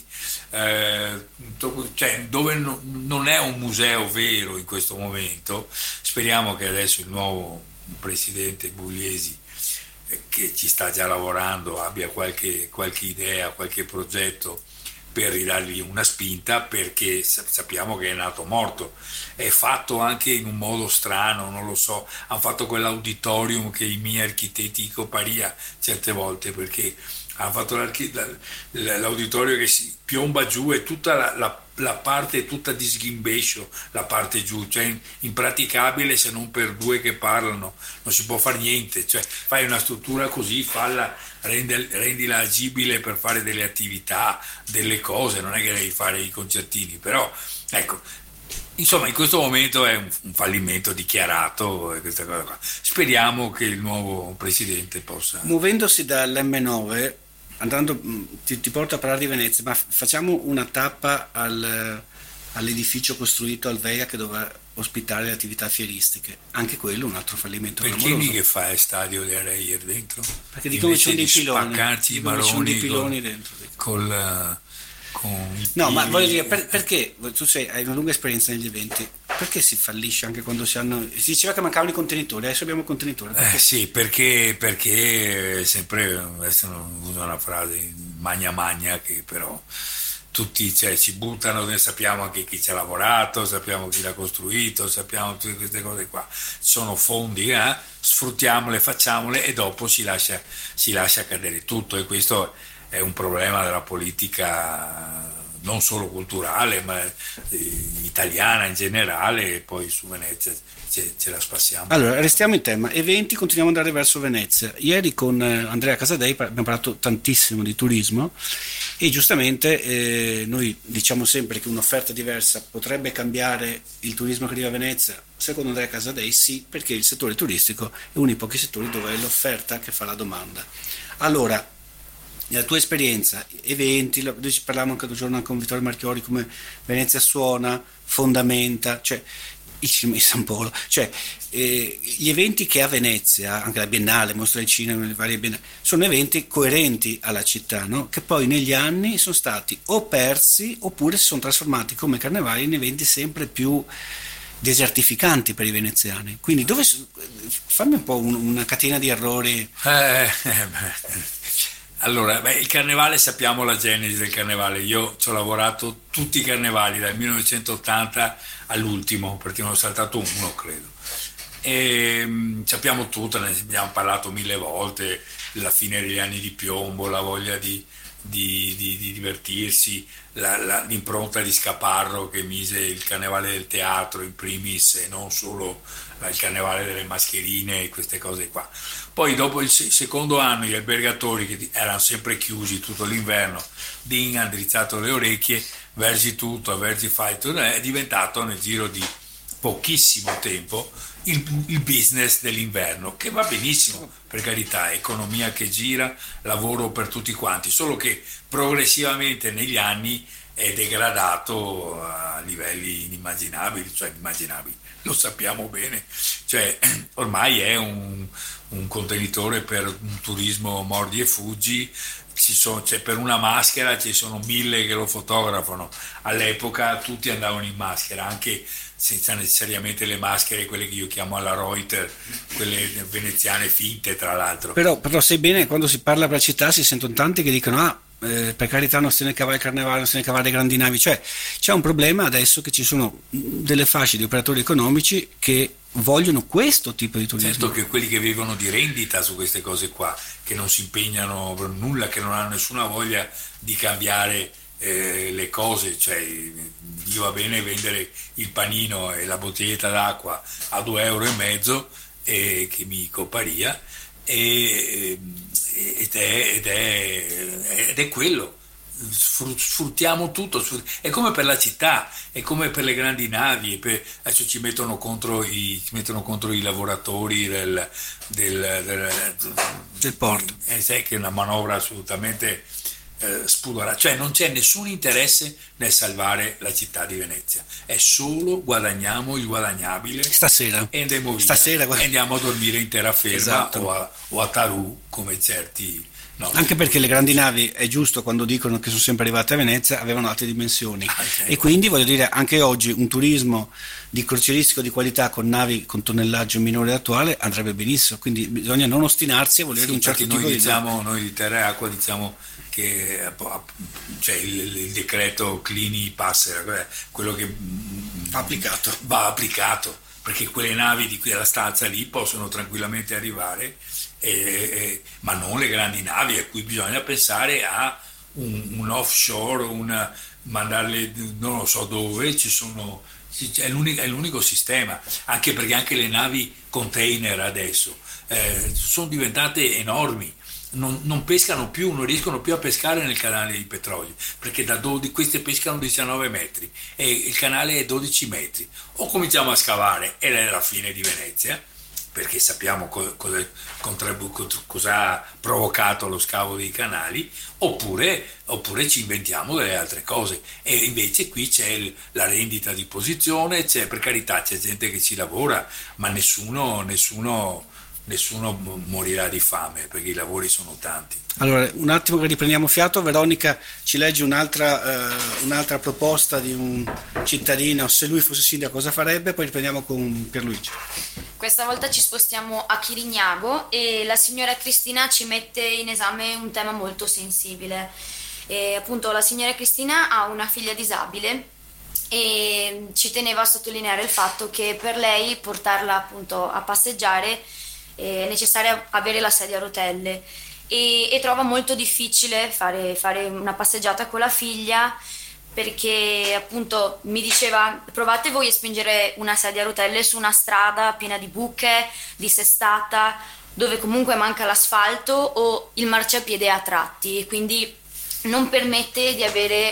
cioè dove non è un museo vero in questo momento. Speriamo che adesso il nuovo presidente Bugliesi, che ci sta già lavorando, abbia qualche idea, qualche progetto per ridargli una spinta, perché sappiamo che è nato morto. È fatto anche in un modo strano, non lo so, hanno fatto quell'auditorium che i miei architetti dico paria certe volte, perché hanno fatto l'auditorio che si piomba giù e tutta la parte è tutta di sghimbescio, la parte giù, cioè impraticabile se non per due che parlano, non si può fare niente, cioè fai una struttura così, rendila agibile per fare delle attività, delle cose, non è che devi fare i concertini, però ecco, insomma in questo momento è un fallimento dichiarato questa cosa qua. Speriamo che il nuovo presidente possa. Muovendosi dall'M9, andando, ti porto a parlare di Venezia, ma facciamo una tappa all'edificio costruito al Veia che doveva ospitare le attività fieristiche. Anche quello un altro fallimento clamoroso. Perché che fa il stadio di Areir dentro? Perché dicono che sono dei piloni. Spaccarci i maroni dentro. Con no, ma voglio dire, perché tu hai una lunga esperienza negli eventi, perché si fallisce anche quando si hanno... Si diceva che mancavano i contenitori, adesso abbiamo i contenitori. Perché? Sì, perché sempre, adesso non uso una frase magna magna, che però tutti, cioè, ci buttano, noi sappiamo anche chi ci ha lavorato, sappiamo chi l'ha costruito, sappiamo tutte queste cose qua, sono fondi, sfruttiamole, facciamole e dopo si lascia cadere tutto, e questo è un problema della politica non solo culturale ma italiana in generale, e poi su Venezia ce la spassiamo. Allora, restiamo in tema eventi, continuiamo ad andare verso Venezia. Ieri con Andrea Casadei abbiamo parlato tantissimo di turismo e giustamente noi diciamo sempre che un'offerta diversa potrebbe cambiare il turismo che arriva a Venezia. Secondo Andrea Casadei sì, perché il settore turistico è uno dei pochi settori dove è l'offerta che fa la domanda. Allora, nella tua esperienza, eventi, noi ci parlavamo anche un giorno con Vittorio Marchiori, come Venezia suona, fondamenta, cioè il cinema di San Polo, cioè gli eventi che ha Venezia, anche la Biennale, Mostra del Cinema, le varie Biennali, sono eventi coerenti alla città, no? Che poi negli anni sono stati o persi oppure si sono trasformati come carnevali in eventi sempre più desertificanti per i veneziani. Quindi fammi un po' una catena di errori. Allora, il carnevale, sappiamo la genesi del carnevale. Io ci ho lavorato tutti i carnevali dal 1980 all'ultimo, perché ne ho saltato uno, credo. E sappiamo tutto, ne abbiamo parlato 1000 volte, la fine degli anni di piombo, la voglia di divertirsi, l'impronta di Scaparro che mise il carnevale del teatro in primis e non solo il carnevale delle mascherine e queste cose qua. Poi dopo il secondo anno gli albergatori, che erano sempre chiusi tutto l'inverno, hanno drizzato le orecchie, versi tutto, versi fai tutto, è diventato nel giro di pochissimo tempo il business dell'inverno, che va benissimo, per carità, economia che gira, lavoro per tutti quanti, solo che progressivamente negli anni è degradato a livelli inimmaginabili, cioè immaginabili, lo sappiamo bene, cioè ormai è un contenitore per un turismo mordi e fuggi. Cioè, per una maschera ci sono 1000 che lo fotografano. All'epoca tutti andavano in maschera, anche senza necessariamente le maschere, quelle che io chiamo alla Reuter, quelle veneziane finte tra l'altro. Però sai bene, quando si parla per la città si sentono tanti che dicono per carità non se ne cava il carnevale, non se ne cava le grandi navi, cioè c'è un problema adesso che ci sono delle fasce di operatori economici che vogliono questo tipo di turismo. Certo, che quelli che vivono di rendita su queste cose qua, che non si impegnano per nulla, che non hanno nessuna voglia di cambiare le cose, cioè gli va bene vendere il panino e la bottiglietta d'acqua a 2,50 €, che mi coparia, ed è quello. Sfruttiamo tutto, è come per la città, è come per le grandi navi. Adesso ci mettono contro i lavoratori del porto, sai che è una manovra assolutamente spudorata, cioè non c'è nessun interesse nel salvare la città di Venezia, è solo guadagniamo il guadagnabile stasera e andiamo via, stasera e andiamo a dormire in terraferma, esatto, o a Tarù, come certi. No, anche perché le grandi navi, è giusto quando dicono che sono sempre arrivate a Venezia, avevano altre dimensioni, e quindi voglio dire, anche oggi un turismo di crocieristico di qualità con navi con tonnellaggio minore attuale andrebbe benissimo, quindi bisogna non ostinarsi a volere un certo tipo di... Noi di Terra e Acqua diciamo che cioè il decreto Clini passa, quello che va applicato, perché quelle navi di quella stanza lì possono tranquillamente arrivare, ma non le grandi navi, a cui bisogna pensare a un offshore, mandarle non lo so dove, è l'unico sistema, anche perché anche le navi container adesso sono diventate enormi, non pescano più, non riescono più a pescare nel canale di petrolio, perché queste pescano 19 metri e il canale è 12 metri. O cominciamo a scavare, ed è la fine di Venezia, perché sappiamo cosa ha provocato lo scavo dei canali, oppure ci inventiamo delle altre cose. E invece qui c'è la rendita di posizione, per carità c'è gente che ci lavora, ma nessuno nessuno morirà di fame perché i lavori sono tanti. Allora, un attimo che riprendiamo fiato, Veronica ci legge un'altra proposta di un cittadino, se lui fosse sindaco cosa farebbe, poi riprendiamo con Pierluigi. Questa volta ci spostiamo a Chirignago e la signora Cristina ci mette in esame un tema molto sensibile. E appunto la signora Cristina ha una figlia disabile e ci teneva a sottolineare il fatto che per lei portarla appunto a passeggiare è necessario avere la sedia a rotelle e trova molto difficile fare una passeggiata con la figlia perché appunto mi diceva provate voi a spingere una sedia a rotelle su una strada piena di buche, dissestata, dove comunque manca l'asfalto o il marciapiede è a tratti e quindi non permette di avere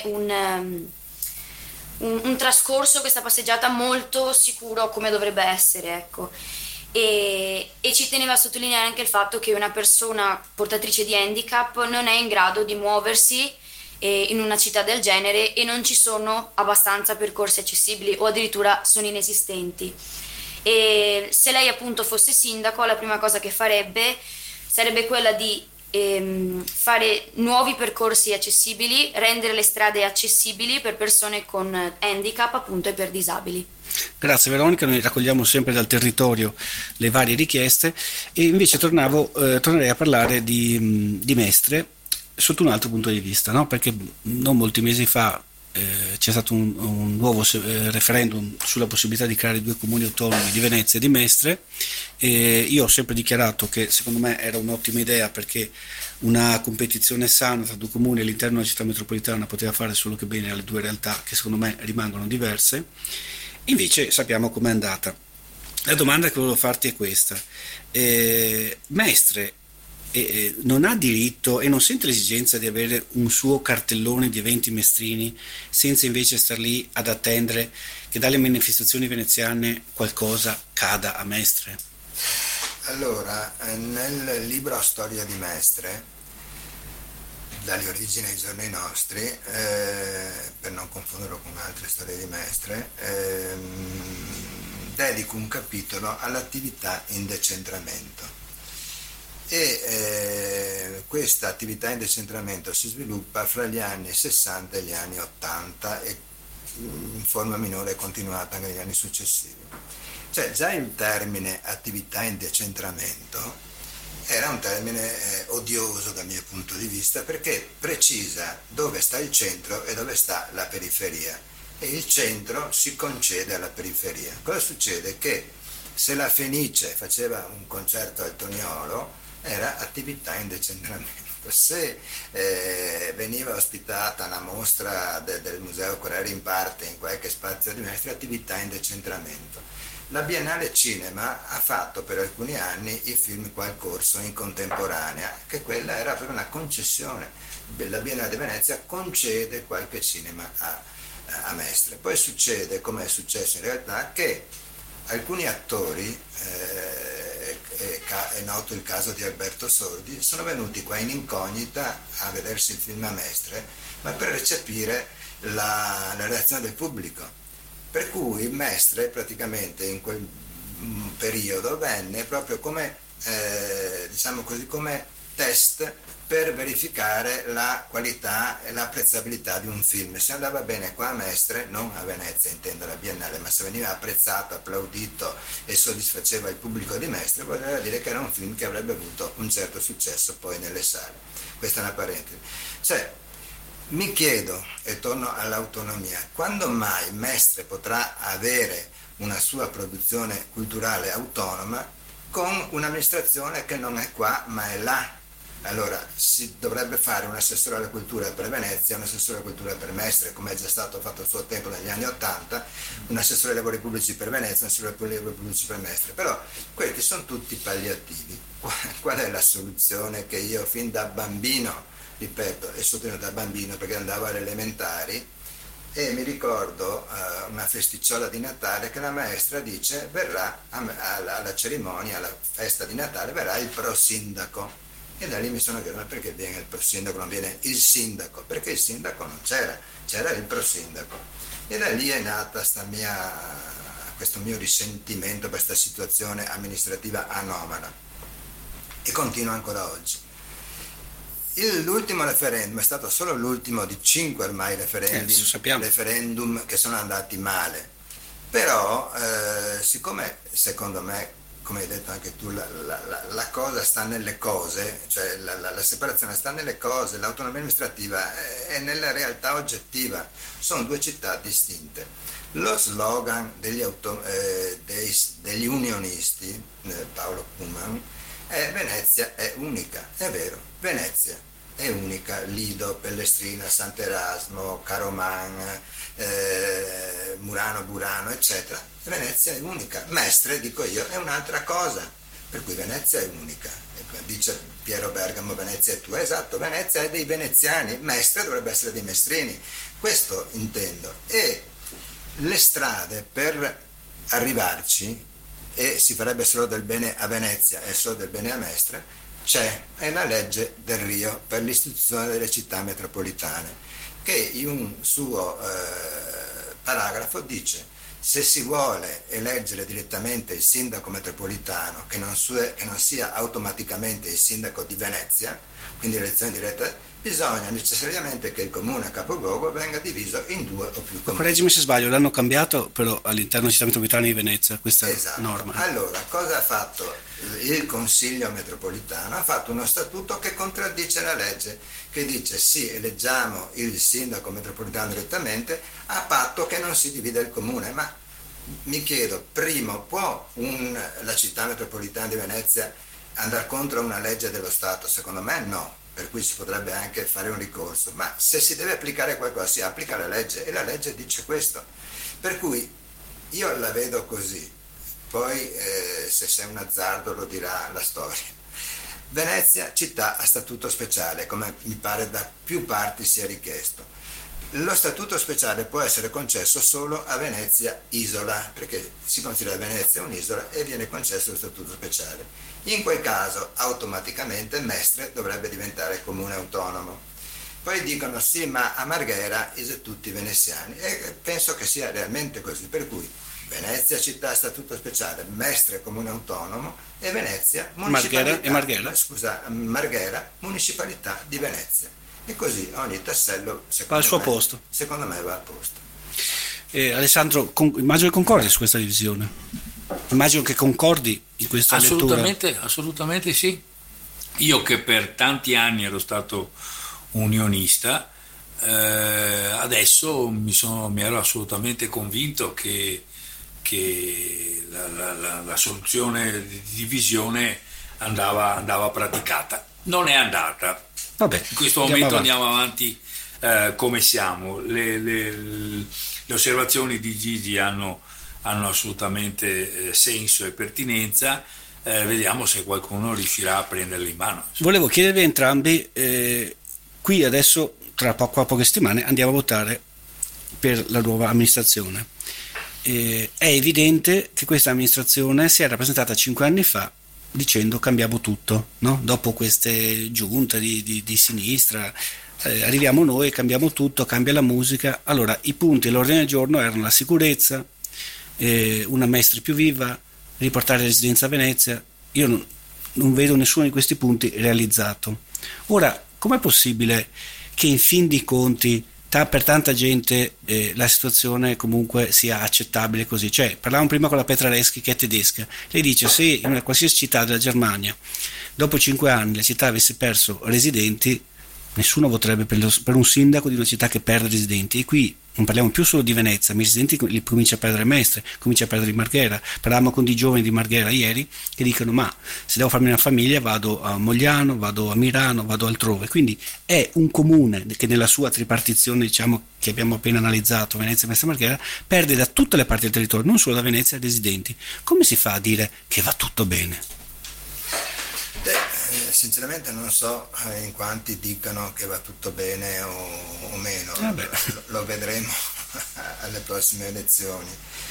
un trascorso, questa passeggiata molto sicuro come dovrebbe essere, ecco. E ci teneva a sottolineare anche il fatto che una persona portatrice di handicap non è in grado di muoversi in una città del genere e non ci sono abbastanza percorsi accessibili o addirittura sono inesistenti. E se lei appunto fosse sindaco, la prima cosa che farebbe sarebbe quella di fare nuovi percorsi accessibili, rendere le strade accessibili per persone con handicap appunto e per disabili. Grazie Veronica, noi raccogliamo sempre dal territorio le varie richieste e invece tornerei a parlare di Mestre sotto un altro punto di vista, no? Perché non molti mesi fa c'è stato un nuovo referendum sulla possibilità di creare 2 comuni autonomi di Venezia e di Mestre e io ho sempre dichiarato che secondo me era un'ottima idea perché una competizione sana tra 2 comuni all'interno della città metropolitana poteva fare solo che bene alle 2 realtà che secondo me rimangono diverse. Invece sappiamo com'è andata. La domanda che volevo farti è questa. Mestre non ha diritto e non sente l'esigenza di avere un suo cartellone di eventi mestrini senza invece star lì ad attendere che dalle manifestazioni veneziane qualcosa cada a Mestre? Allora, nel libro Storia di Mestre, dalle origini ai giorni nostri, per non confonderlo con altre storie di Mestre, dedico un capitolo all'attività in decentramento. E questa attività in decentramento si sviluppa fra gli anni 60 e gli anni 80 e in forma minore è continuata negli anni successivi. Cioè già il termine attività in decentramento era un termine odioso dal mio punto di vista perché precisa dove sta il centro e dove sta la periferia e il centro si concede alla periferia. Cosa succede? Che se la Fenice faceva un concerto al Toniolo era attività in decentramento. Se veniva ospitata una mostra del Museo Correri in parte in qualche spazio di Mestre, attività in decentramento. La Biennale Cinema ha fatto per alcuni anni i film Qual Corso in contemporanea, che quella era proprio una concessione. La Biennale di Venezia concede qualche cinema a Mestre. Poi succede, come è successo in realtà, che alcuni attori, è noto il caso di Alberto Sordi, sono venuti qua in incognita a vedersi il film a Mestre, ma per recepire la reazione del pubblico. Per cui Mestre praticamente in quel periodo venne proprio come, diciamo così, come test per verificare la qualità e l'apprezzabilità di un film. Se andava bene qua a Mestre, non a Venezia intendo la Biennale, ma se veniva apprezzato, applaudito e soddisfaceva il pubblico di Mestre, voleva dire che era un film che avrebbe avuto un certo successo poi nelle sale. Questa è una parentesi. Cioè, mi chiedo, e torno all'autonomia, quando mai Mestre potrà avere una sua produzione culturale autonoma con un'amministrazione che non è qua ma è là? Allora si dovrebbe fare un assessore alla cultura per Venezia, un assessore alla cultura per Mestre, come è già stato fatto a suo tempo negli anni '80, un assessore ai lavori pubblici per Venezia, un assessore ai lavori pubblici per Mestre. Però questi sono tutti palliativi. Qual è la soluzione che io fin da bambino, ripeto, e sottolineo da bambino perché andavo alle elementari, e mi ricordo una festicciola di Natale che la maestra dice verrà alla cerimonia, alla festa di Natale, verrà il prosindaco. E da lì mi sono chiesto, ma perché viene il prosindaco, non viene il sindaco? Perché il sindaco non c'era, c'era il prosindaco. E da lì è nata questo mio risentimento per questa situazione amministrativa anomala. e continua ancora oggi. L'ultimo referendum è stato solo l'ultimo di 5 ormai referendum che sono andati male, però siccome secondo me, come hai detto anche tu, la cosa sta nelle cose, cioè la separazione sta nelle cose, l'autonomia amministrativa è nella realtà oggettiva, sono due città distinte. Lo slogan degli unionisti, Paolo Pullman, Venezia è unica, è vero, Venezia è unica, Lido, Pellestrina, Sant'Erasmo, Caroman, Murano, Burano, eccetera. Venezia è unica, Mestre, dico io, è un'altra cosa, per cui Venezia è unica. Dice Piero Bergamo, Venezia è tua, esatto, Venezia è dei veneziani, Mestre dovrebbe essere dei mestrini, questo intendo. E le strade per arrivarci, e si farebbe solo del bene a Venezia e solo del bene a Mestre, è la legge del Rio per l'istituzione delle città metropolitane, che in un suo paragrafo dice: se si vuole eleggere direttamente il sindaco metropolitano, che non sia automaticamente il sindaco di Venezia, quindi elezione diretta, bisogna necessariamente che il comune capoluogo venga diviso in 2 o più comuni. Correggimi se sbaglio, l'hanno cambiato però all'interno della città metropolitana di Venezia questa norma. Allora, cosa ha fatto il Consiglio metropolitano? Ha fatto uno statuto che contraddice la legge, che dice sì, eleggiamo il sindaco metropolitano direttamente a patto che non si divida il comune. Ma mi chiedo, primo, può la città metropolitana di Venezia andare contro una legge dello Stato? Secondo me no, per cui si potrebbe anche fare un ricorso, ma se si deve applicare qualcosa si applica la legge, e la legge dice questo, per cui io la vedo così. Poi se sei un azzardo lo dirà la storia. Venezia città a statuto speciale, come mi pare da più parti sia richiesto. Lo statuto speciale può essere concesso solo a Venezia isola, perché si considera Venezia un'isola e viene concesso lo statuto speciale. In quel caso automaticamente Mestre dovrebbe diventare comune autonomo. Poi dicono sì, ma a Marghera tutti veneziani, e penso che sia realmente così, per cui Venezia città a statuto speciale, Mestre comune autonomo e Venezia municipalità. Marghera municipalità di Venezia. E così ogni tassello va al suo posto. Secondo me va a posto. Alessandro, immagino che concordi su questa divisione. Immagino che concordi in questa lettura. Assolutamente sì. Io che per tanti anni ero stato unionista, adesso mi ero assolutamente convinto che la soluzione di divisione andava praticata. Non è andata. Vabbè, in questo momento andiamo avanti come siamo. Le osservazioni di Gigi hanno assolutamente senso e pertinenza. Vediamo se qualcuno riuscirà a prenderle in mano. Volevo chiedervi a entrambi, qui adesso tra poche settimane andiamo a votare per la nuova amministrazione. È evidente che questa amministrazione si era presentata 5 anni fa dicendo cambiamo tutto, no? Dopo queste giunte di sinistra arriviamo noi, cambiamo tutto, cambia la musica. Allora i punti all'ordine del giorno erano la sicurezza, una Mestre più viva, riportare la residenza a Venezia. Io non vedo nessuno di questi punti realizzato. Ora, com'è possibile che in fin di conti per tanta gente la situazione comunque sia accettabile così? Cioè, parlavamo prima con la Petrareschi, che è tedesca, lei dice se in una qualsiasi città della Germania dopo 5 anni la città avesse perso residenti, nessuno voterebbe per un sindaco di una città che perde residenti. E qui non parliamo più solo di Venezia, ma i residenti li comincia a perdere Mestre, comincia a perdere Marghera. Parlavamo con dei giovani di Marghera ieri che dicono ma se devo farmi una famiglia vado a Mogliano, vado a Mirano, vado altrove. Quindi è un comune che nella sua tripartizione, diciamo, che abbiamo appena analizzato, Venezia, Mestre e Marghera, perde da tutte le parti del territorio, non solo da Venezia, residenti. Come si fa a dire che va tutto bene? Sinceramente non so in quanti dicano che va tutto bene o meno, lo vedremo alle prossime elezioni.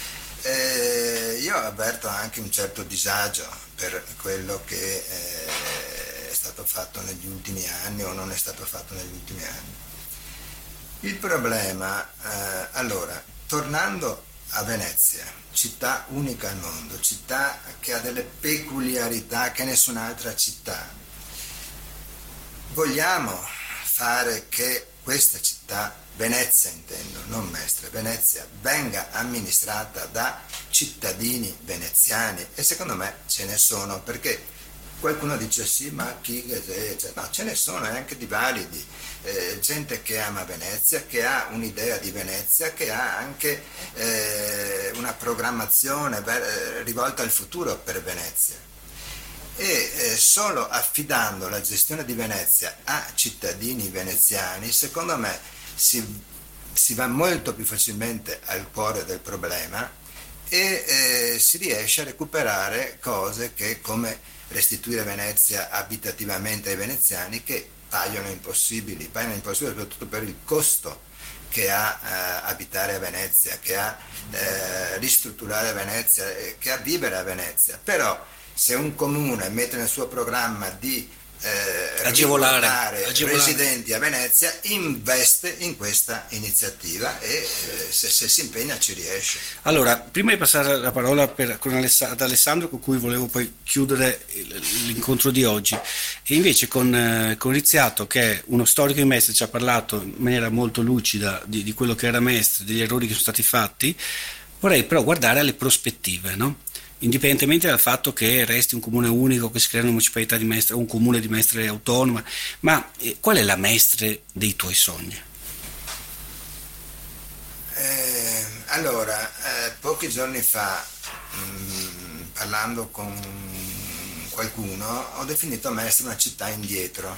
Io avverto anche un certo disagio per quello che è stato fatto negli ultimi anni o non è stato fatto negli ultimi anni. Il problema, allora, tornando a Venezia, città unica al mondo, città che ha delle peculiarità che nessun'altra città. Vogliamo fare che questa città, Venezia intendo, non Mestre, Venezia, venga amministrata da cittadini veneziani, e secondo me ce ne sono, perché qualcuno dice sì, ma chi? No, ce ne sono anche di validi, gente che ama Venezia, che ha un'idea di Venezia, che ha anche una programmazione rivolta al futuro per Venezia. E solo affidando la gestione di Venezia a cittadini veneziani, secondo me si va molto più facilmente al cuore del problema e si riesce a recuperare cose che, come restituire Venezia abitativamente ai veneziani, che paiono impossibili soprattutto per il costo che ha abitare a Venezia, che ha ristrutturare Venezia, che ha vivere a Venezia. Però se un comune mette nel suo programma di agevolare residenti a Venezia, investe in questa iniziativa e se si impegna ci riesce. Allora, prima di passare la parola ad Alessandro, con cui volevo poi chiudere l'incontro di oggi, e invece con Riziato, che è uno storico di Mestre, ci ha parlato in maniera molto lucida di quello che era Mestre, degli errori che sono stati fatti, vorrei però guardare alle prospettive, no? Indipendentemente dal fatto che resti un comune unico, che si crea una municipalità di Mestre o un comune di Mestre autonoma, ma qual è la Mestre dei tuoi sogni? Allora, pochi giorni fa, parlando con qualcuno, ho definito Mestre una città indietro.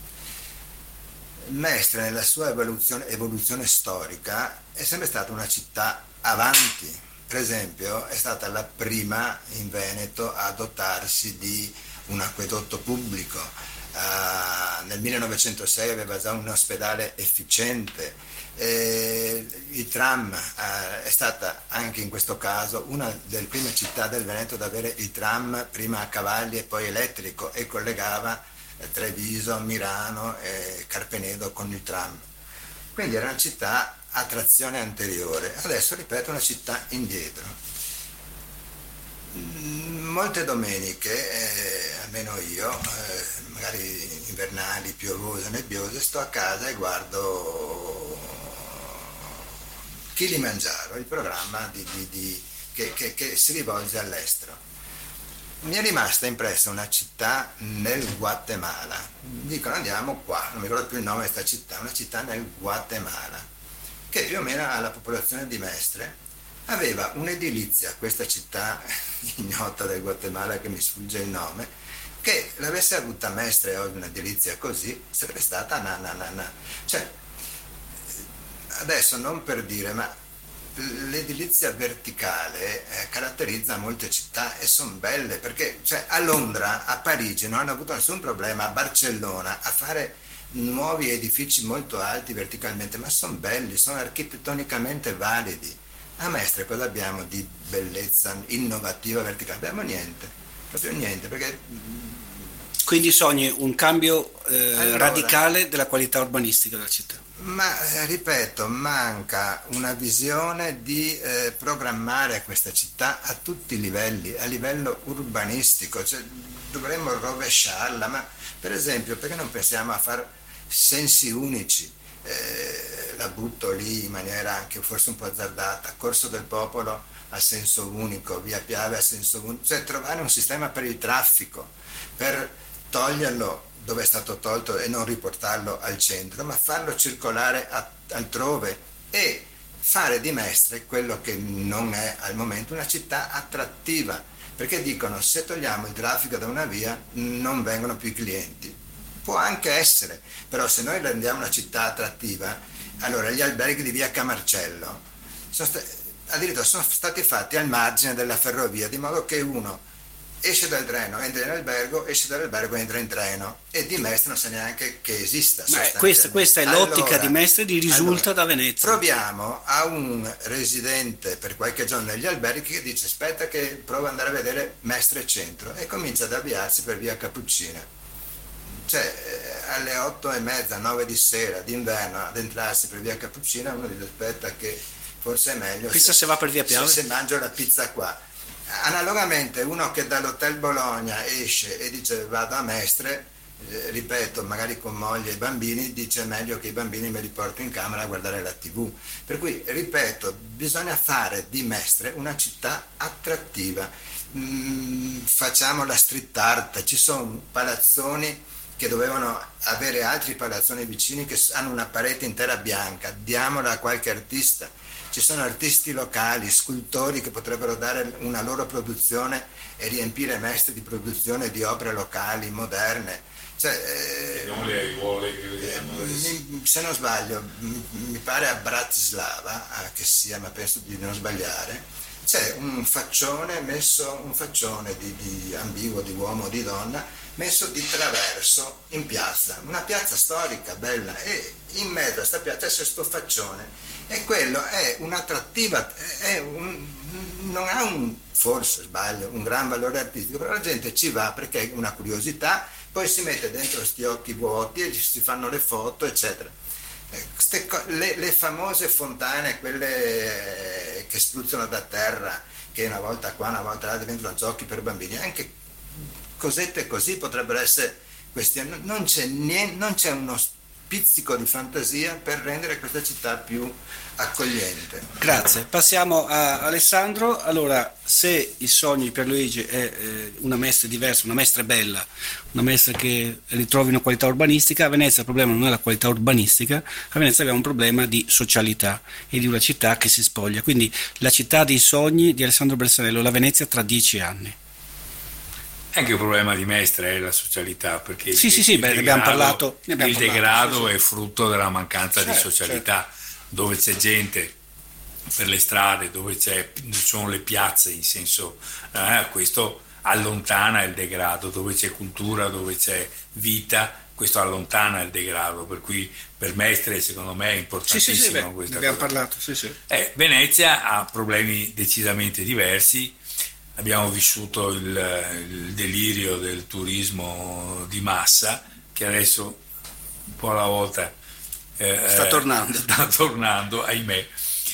Mestre, nella sua evoluzione storica, è sempre stata una città avanti. Per esempio, è stata la prima in Veneto a dotarsi di un acquedotto pubblico. Nel 1906 aveva già un ospedale efficiente. Il tram è stata anche in questo caso una delle prime città del Veneto ad avere il tram, prima a cavalli e poi elettrico, e collegava Treviso, Milano e Carpenedo con il tram. Quindi era una città a trazione anteriore. Adesso, ripeto, una città indietro. Molte domeniche, almeno io, magari invernali, piovose, nebbiose, sto a casa e guardo Kilimangiaro, il programma che si rivolge all'estero. Mi è rimasta impressa una città nel Guatemala. Dicono andiamo qua, non mi ricordo più il nome di questa città, una città nel Guatemala, che più o meno ha la popolazione di Mestre. Aveva un'edilizia, questa città ignota del Guatemala che mi sfugge il nome, che l'avesse avuta Mestre oggi un'edilizia così, sarebbe stata Cioè, adesso non per dire, ma l'edilizia verticale caratterizza molte città e sono belle, perché a Londra, a Parigi non hanno avuto nessun problema, a Barcellona a fare nuovi edifici molto alti verticalmente, ma sono belli, sono architettonicamente validi. A Mestre cosa abbiamo di bellezza innovativa verticale? Abbiamo niente, proprio niente, perché... Quindi sogni un cambio radicale della qualità urbanistica della città. Ma ripeto, manca una visione di programmare questa città a tutti i livelli, a livello urbanistico, dovremmo rovesciarla, ma per esempio perché non pensiamo a fare sensi unici? La butto lì in maniera anche forse un po' azzardata, Corso del Popolo a senso unico, Via Piave a senso unico, trovare un sistema per il traffico, per toglierlo dove è stato tolto e non riportarlo al centro, ma farlo circolare altrove e fare di Mestre quello che non è al momento, una città attrattiva, perché dicono se togliamo il traffico da una via non vengono più i clienti. Può anche essere, però se noi rendiamo una città attrattiva, allora gli alberghi di via Camarcello addirittura sono stati fatti al margine della ferrovia, di modo che uno esce dal treno, entra in albergo, esce dall'albergo, entra in treno, e di Mestre non sa neanche che esista. Ma questa è l'ottica di Mestre, di risulta da Venezia. Troviamo a un residente per qualche giorno negli alberghi che dice aspetta che provo ad andare a vedere Mestre Centro, e comincia ad avviarsi per via Cappuccina. Alle 8:30, 9 di sera d'inverno ad entrarsi per via Cappuccina, uno dice aspetta che forse è meglio Pizza se va per via Piave? se mangio la pizza qua. Analogamente uno che dall'hotel Bologna esce e dice vado a Mestre, ripeto, magari con moglie e bambini, dice meglio che i bambini me li porto in camera a guardare la TV. Per cui, ripeto, bisogna fare di Mestre una città attrattiva. Facciamo la street art, ci sono palazzoni che dovevano avere altri palazzoni vicini che hanno una parete intera bianca, diamola a qualche artista. Ci sono artisti locali, scultori che potrebbero dare una loro produzione e riempire Mestre di produzione di opere locali, moderne. Cioè, non le aiuole che vediamo se non sbaglio, mi pare a Bratislava, che sia, ma penso di non sbagliare, c'è un faccione di ambiguo, di uomo o di donna, messo di traverso in piazza, una piazza storica bella, e in mezzo a questa piazza c'è questo faccione, e quello è un'attrattiva, non ha forse sbaglio, un gran valore artistico, però la gente ci va perché è una curiosità, poi si mette dentro questi occhi vuoti e si fanno le foto, eccetera. Le famose fontane, quelle che spruzzano da terra, che una volta qua, una volta là diventano giochi per bambini, anche cosette così potrebbero essere questi. Non c'è uno pizzico di fantasia per rendere questa città più accogliente. Grazie. Passiamo a Alessandro. Allora, se il sogno di Pierluigi è una Mestre diversa, una Mestre bella, una Mestre che ritrovi una qualità urbanistica, a Venezia il problema non è la qualità urbanistica, a Venezia abbiamo un problema di socialità e di una città che si spoglia. Quindi la città dei sogni di Alessandro Bersanello, la Venezia tra 10 anni. Anche un problema di Mestre è la socialità, perché ne abbiamo parlato. Il degrado è frutto della mancanza di Certo, socialità, dove c'è gente per le strade, dove sono le piazze in senso, questo allontana il degrado, dove c'è cultura, dove c'è vita, questo allontana il degrado, per cui per Mestre secondo me è importantissimo questa abbiamo cosa. parlato, Venezia ha problemi decisamente diversi. Abbiamo vissuto il delirio del turismo di massa, che adesso un po' alla volta sta tornando, ahimè,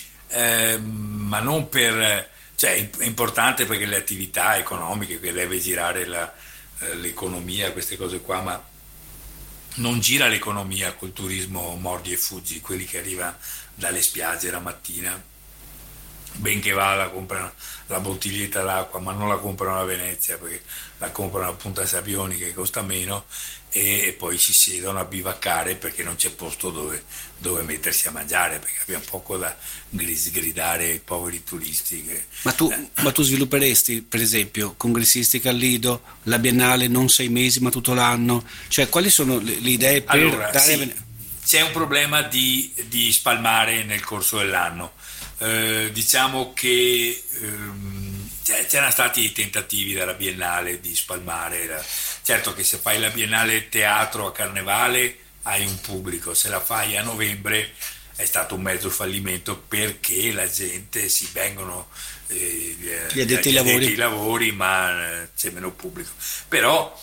ma non per, cioè è importante perché le attività economiche, che deve girare l'economia, queste cose qua, ma non gira l'economia col turismo mordi e fuggi, quelli che arrivano dalle spiagge la mattina, benché vada, comprano la bottiglietta d'acqua, ma non la comprano a Venezia perché la comprano a Punta Sapioni, che costa meno, e poi si siedono a bivaccare perché non c'è posto dove mettersi a mangiare, perché abbiamo poco da sgridare ai poveri turisti. Ma tu svilupperesti, per esempio, congressistica al Lido, la Biennale non 6 mesi ma tutto l'anno? Cioè, quali sono le idee per allora, dare... Sì, c'è un problema di spalmare nel corso dell'anno. Diciamo che c'erano stati tentativi dalla Biennale di spalmare. Certo che se fai la Biennale teatro a Carnevale hai un pubblico, se la fai a novembre è stato un mezzo fallimento, perché la gente vengono gli addetti ai lavori, ma c'è meno pubblico. Però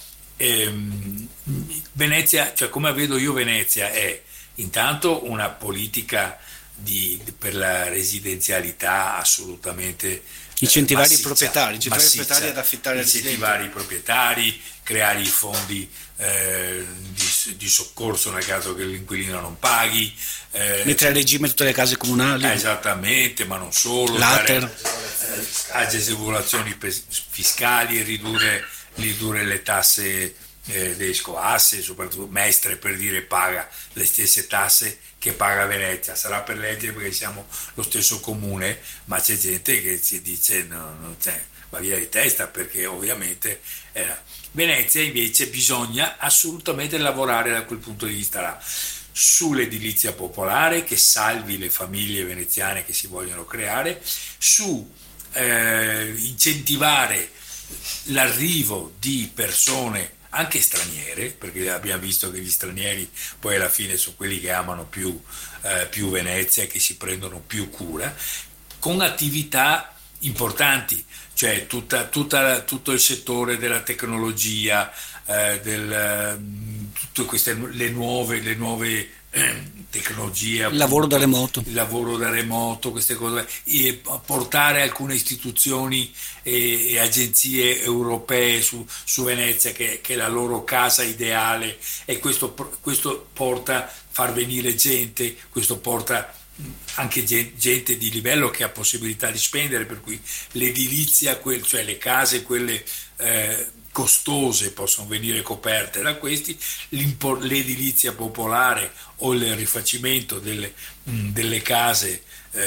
Venezia, cioè come vedo io Venezia, è intanto una politica per la residenzialità assolutamente incentivare massiccia, i proprietari ad affittare, incentivare i proprietari, creare i fondi di soccorso nel caso che l'inquilino non paghi, mettere a regime tutte le case comunali, esattamente, ma non solo, dare agevolazioni fiscali e ridurre le tasse dei scolassi, soprattutto Mestre, per dire, paga le stesse tasse che paga Venezia. Sarà per legge perché siamo lo stesso comune, ma c'è gente che ci dice no, va via di testa, perché ovviamente Venezia invece bisogna assolutamente lavorare da quel punto di vista là, sull'edilizia popolare che salvi le famiglie veneziane che si vogliono creare, su incentivare l'arrivo di persone anche straniere, perché abbiamo visto che gli stranieri poi alla fine sono quelli che amano più Venezia, che si prendono più cura, con attività importanti, cioè tutto il settore della tecnologia, tutte queste le nuove tecnologie, Il lavoro da remoto. il lavoro da remoto, queste cose, e portare alcune istituzioni e agenzie europee su Venezia, che è la loro casa ideale, e questo porta a far venire gente, questo porta anche gente di livello che ha possibilità di spendere, per cui l'edilizia, cioè le case, quelle costose, possono venire coperte da questi, l'edilizia popolare o il rifacimento delle case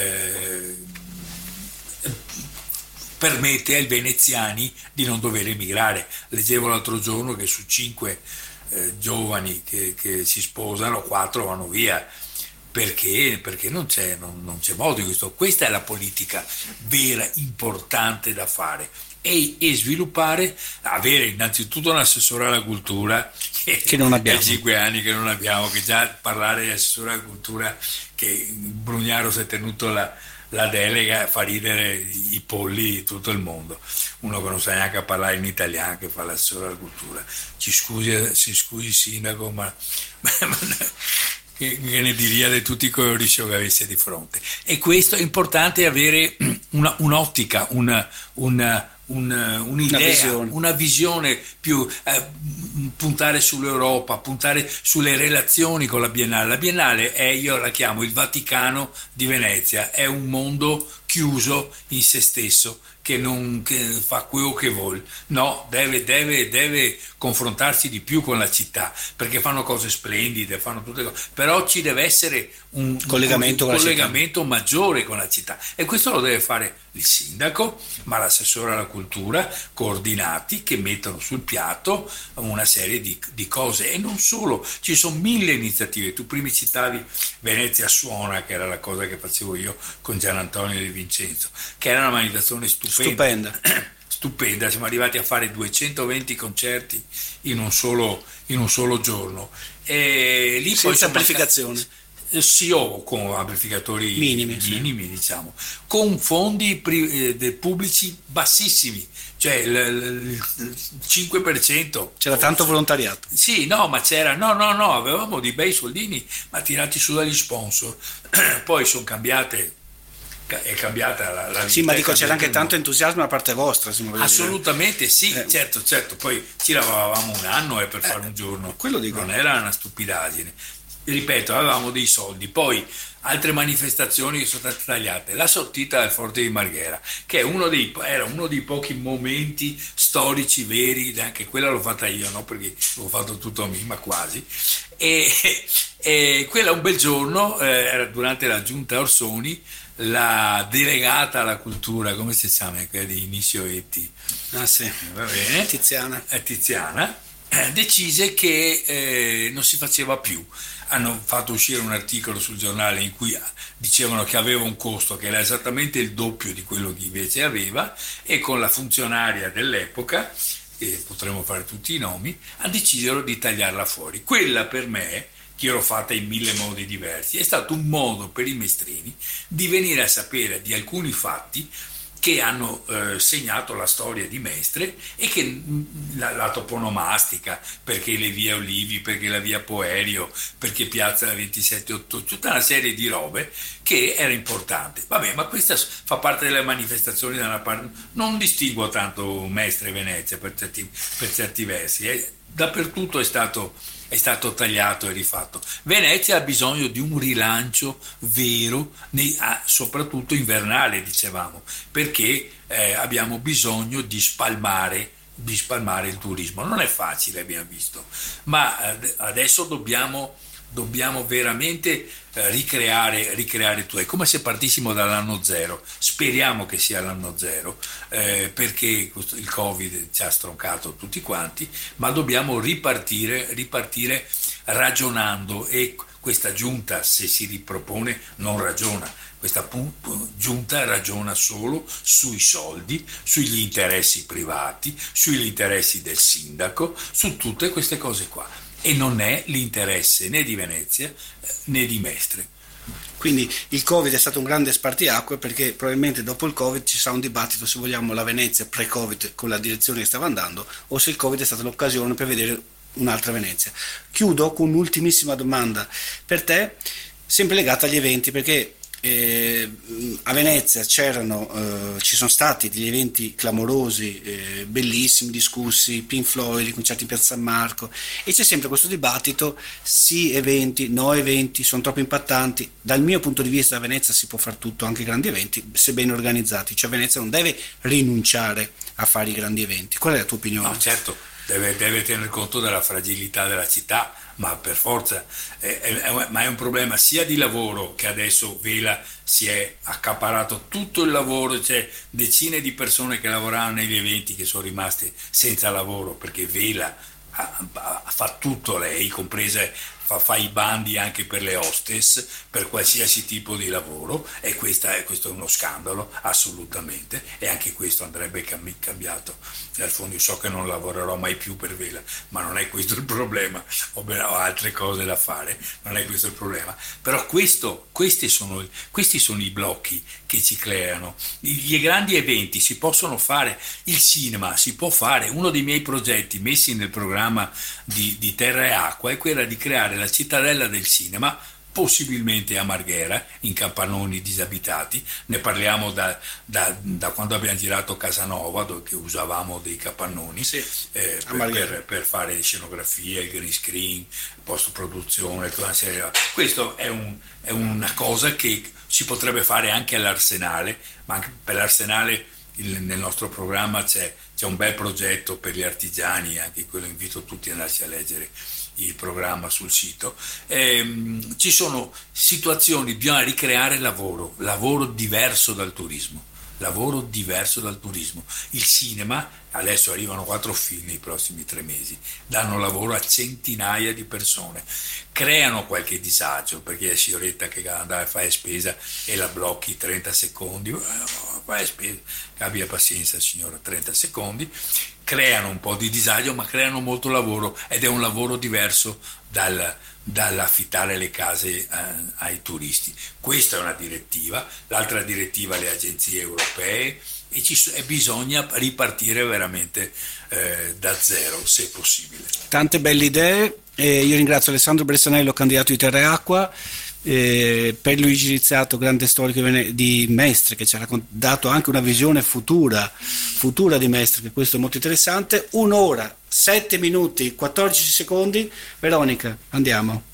permette ai veneziani di non dover emigrare. Leggevo l'altro giorno che su 5 giovani che si sposano, 4 vanno via. Perché non c'è modo di questo. Questa è la politica vera, importante da fare, e sviluppare, avere innanzitutto un assessore alla cultura che non abbiamo. È 5 anni che non abbiamo, che già parlare di assessore alla cultura, che Brugnaro si è tenuto la delega, fa ridere i polli di tutto il mondo. Uno che non sa neanche parlare in italiano, che fa l'assessore alla cultura. Si scusi sindaco, ma che ne diria di tutti i colori che avesse di fronte. E questo è importante, avere un'ottica, un'idea, una visione più, puntare sull'Europa, puntare sulle relazioni con la Biennale. La Biennale io la chiamo il Vaticano di Venezia, è un mondo chiuso in se stesso, che fa quello che vuole. No, deve confrontarsi di più con la città, perché fanno cose splendide, fanno tutte cose, però ci deve essere un collegamento maggiore con la città, e questo lo deve fare il sindaco, ma l'assessore alla cultura, coordinati, che mettono sul piatto una serie di cose. E non solo, ci sono 1000 iniziative. Tu prima citavi Venezia Suona, che era la cosa che facevo io con Gian Antonio De Vincenzo, che era una manifestazione stupenda. Siamo arrivati a fare 220 concerti in un solo giorno, e lì senza amplificazione. Sì, o con amplificatori minimi, diciamo, con fondi pubblici bassissimi, cioè il 5%. C'era tanto volontariato. Sì, no, ma c'era, no, avevamo dei bei soldini, ma tirati su dagli sponsor. Poi sono cambiate. È cambiata la vita. Sì, ma dico, c'era anche tanto entusiasmo da parte vostra. Assolutamente sì, certo. Poi ci lavoravamo un anno per fare un giorno. Quello dico. Non era una stupidaggine. Ripeto, avevamo dei soldi. Poi altre manifestazioni che sono state tagliate. La sortita del Forte di Marghera, che era uno dei pochi momenti storici veri, anche quella l'ho fatta io, no? Perché l'ho fatto tutto a me, ma quasi. E quella un bel giorno, era durante la giunta Orsoni, la delegata alla cultura, come si chiama, quella di Inizio Etti, sì, va bene, Tiziana, decise che non si faceva più. Hanno fatto uscire un articolo sul giornale in cui dicevano che aveva un costo che era esattamente il doppio di quello che invece aveva, e con la funzionaria dell'epoca, e potremmo fare tutti i nomi, decisero di tagliarla fuori. Quella per me, che io l'ho fatta in 1000 modi diversi, è stato un modo per i mestrini di venire a sapere di alcuni fatti che hanno segnato la storia di Mestre, e che la toponomastica, perché le vie Olivi, perché la via Poerio, perché piazza 27 ottobre, tutta una serie di robe che era importante. Vabbè, ma questa fa parte delle manifestazioni da una parte. Non distinguo tanto Mestre e Venezia per certi versi, dappertutto è stato tagliato e rifatto. Venezia ha bisogno di un rilancio vero, soprattutto invernale, dicevamo, perché abbiamo bisogno di spalmare il turismo. Non è facile, abbiamo visto, ma adesso dobbiamo veramente ricreare tutto. È come se partissimo dall'anno zero. Speriamo che sia l'anno zero, perché il Covid ci ha stroncato tutti quanti, ma dobbiamo ripartire ragionando, e questa giunta, se si ripropone, non ragiona. Questa giunta ragiona solo sui soldi, sugli interessi privati, sugli interessi del sindaco, su tutte queste cose qua. E non è l'interesse né di Venezia né di Mestre. Quindi il Covid è stato un grande spartiacque, perché probabilmente dopo il Covid ci sarà un dibattito se vogliamo la Venezia pre-Covid con la direzione che stava andando, o se il Covid è stata l'occasione per vedere un'altra Venezia. Chiudo con un'ultimissima domanda per te, sempre legata agli eventi, perché a Venezia ci sono stati degli eventi clamorosi, bellissimi, discussi, Pink Floyd, i concerti in Piazza San Marco, e c'è sempre questo dibattito: sì eventi, no eventi, sono troppo impattanti. Dal mio punto di vista a Venezia si può fare tutto, anche grandi eventi, se ben organizzati, cioè Venezia non deve rinunciare a fare i grandi eventi. Qual è la tua opinione? No, certo, deve tener conto della fragilità della città, ma per forza, ma è un problema sia di lavoro, che adesso Vela si è accaparato tutto il lavoro, c'è decine di persone che lavoravano negli eventi che sono rimaste senza lavoro, perché Vela fa tutto lei, compresa fa i bandi anche per le hostess, per qualsiasi tipo di lavoro, e questo è uno scandalo assolutamente, e anche questo andrebbe cambiato dal fondo. Io so che non lavorerò mai più per Vela, ma non è questo il problema, ho altre cose da fare, non è questo il problema, però questi sono i blocchi che ci creano. Gli grandi eventi si possono fare, il cinema si può fare. Uno dei miei progetti messi nel programma di Terra e Acqua è quella di creare la cittadella del cinema, possibilmente a Marghera, in capannoni disabitati. Ne parliamo da quando abbiamo girato Casanova, dove usavamo dei capannoni, Sì, per fare scenografie, il green screen, post-produzione, tutta una serie. Questo è una cosa che si potrebbe fare anche all'Arsenale, ma anche per l'Arsenale nel nostro programma c'è un bel progetto per gli artigiani, anche quello invito tutti ad andarsi a leggere il programma sul sito. Ci sono situazioni, bisogna ricreare lavoro diverso dal turismo. Il cinema, adesso arrivano 4 film nei prossimi 3 mesi, danno lavoro a centinaia di persone, creano qualche disagio, perché è Sioretta che andava a fare spesa e la blocchi 30 secondi, fai spesa, abbia pazienza signora, 30 secondi, creano un po' di disagio, ma creano molto lavoro, ed è un lavoro diverso dall'affittare le case ai turisti. Questa è una direttiva, l'altra direttiva le agenzie europee, e bisogna ripartire veramente da zero, se possibile. Tante belle idee. Io ringrazio Alessandro Bressanello, candidato di Terra e Acqua, per Luigi Rizzato, grande storico di Mestre, che ci ha dato anche una visione futura di Mestre, che questo è molto interessante. 1 ora, 7 minuti, 14 secondi. Veronica, andiamo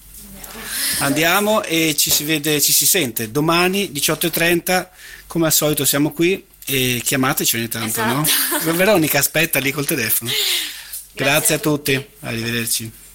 e ci si sente domani 18:30, come al solito siamo qui, e chiamateci ogni tanto, esatto. No? Veronica aspetta lì col telefono. Grazie a tutti, arrivederci.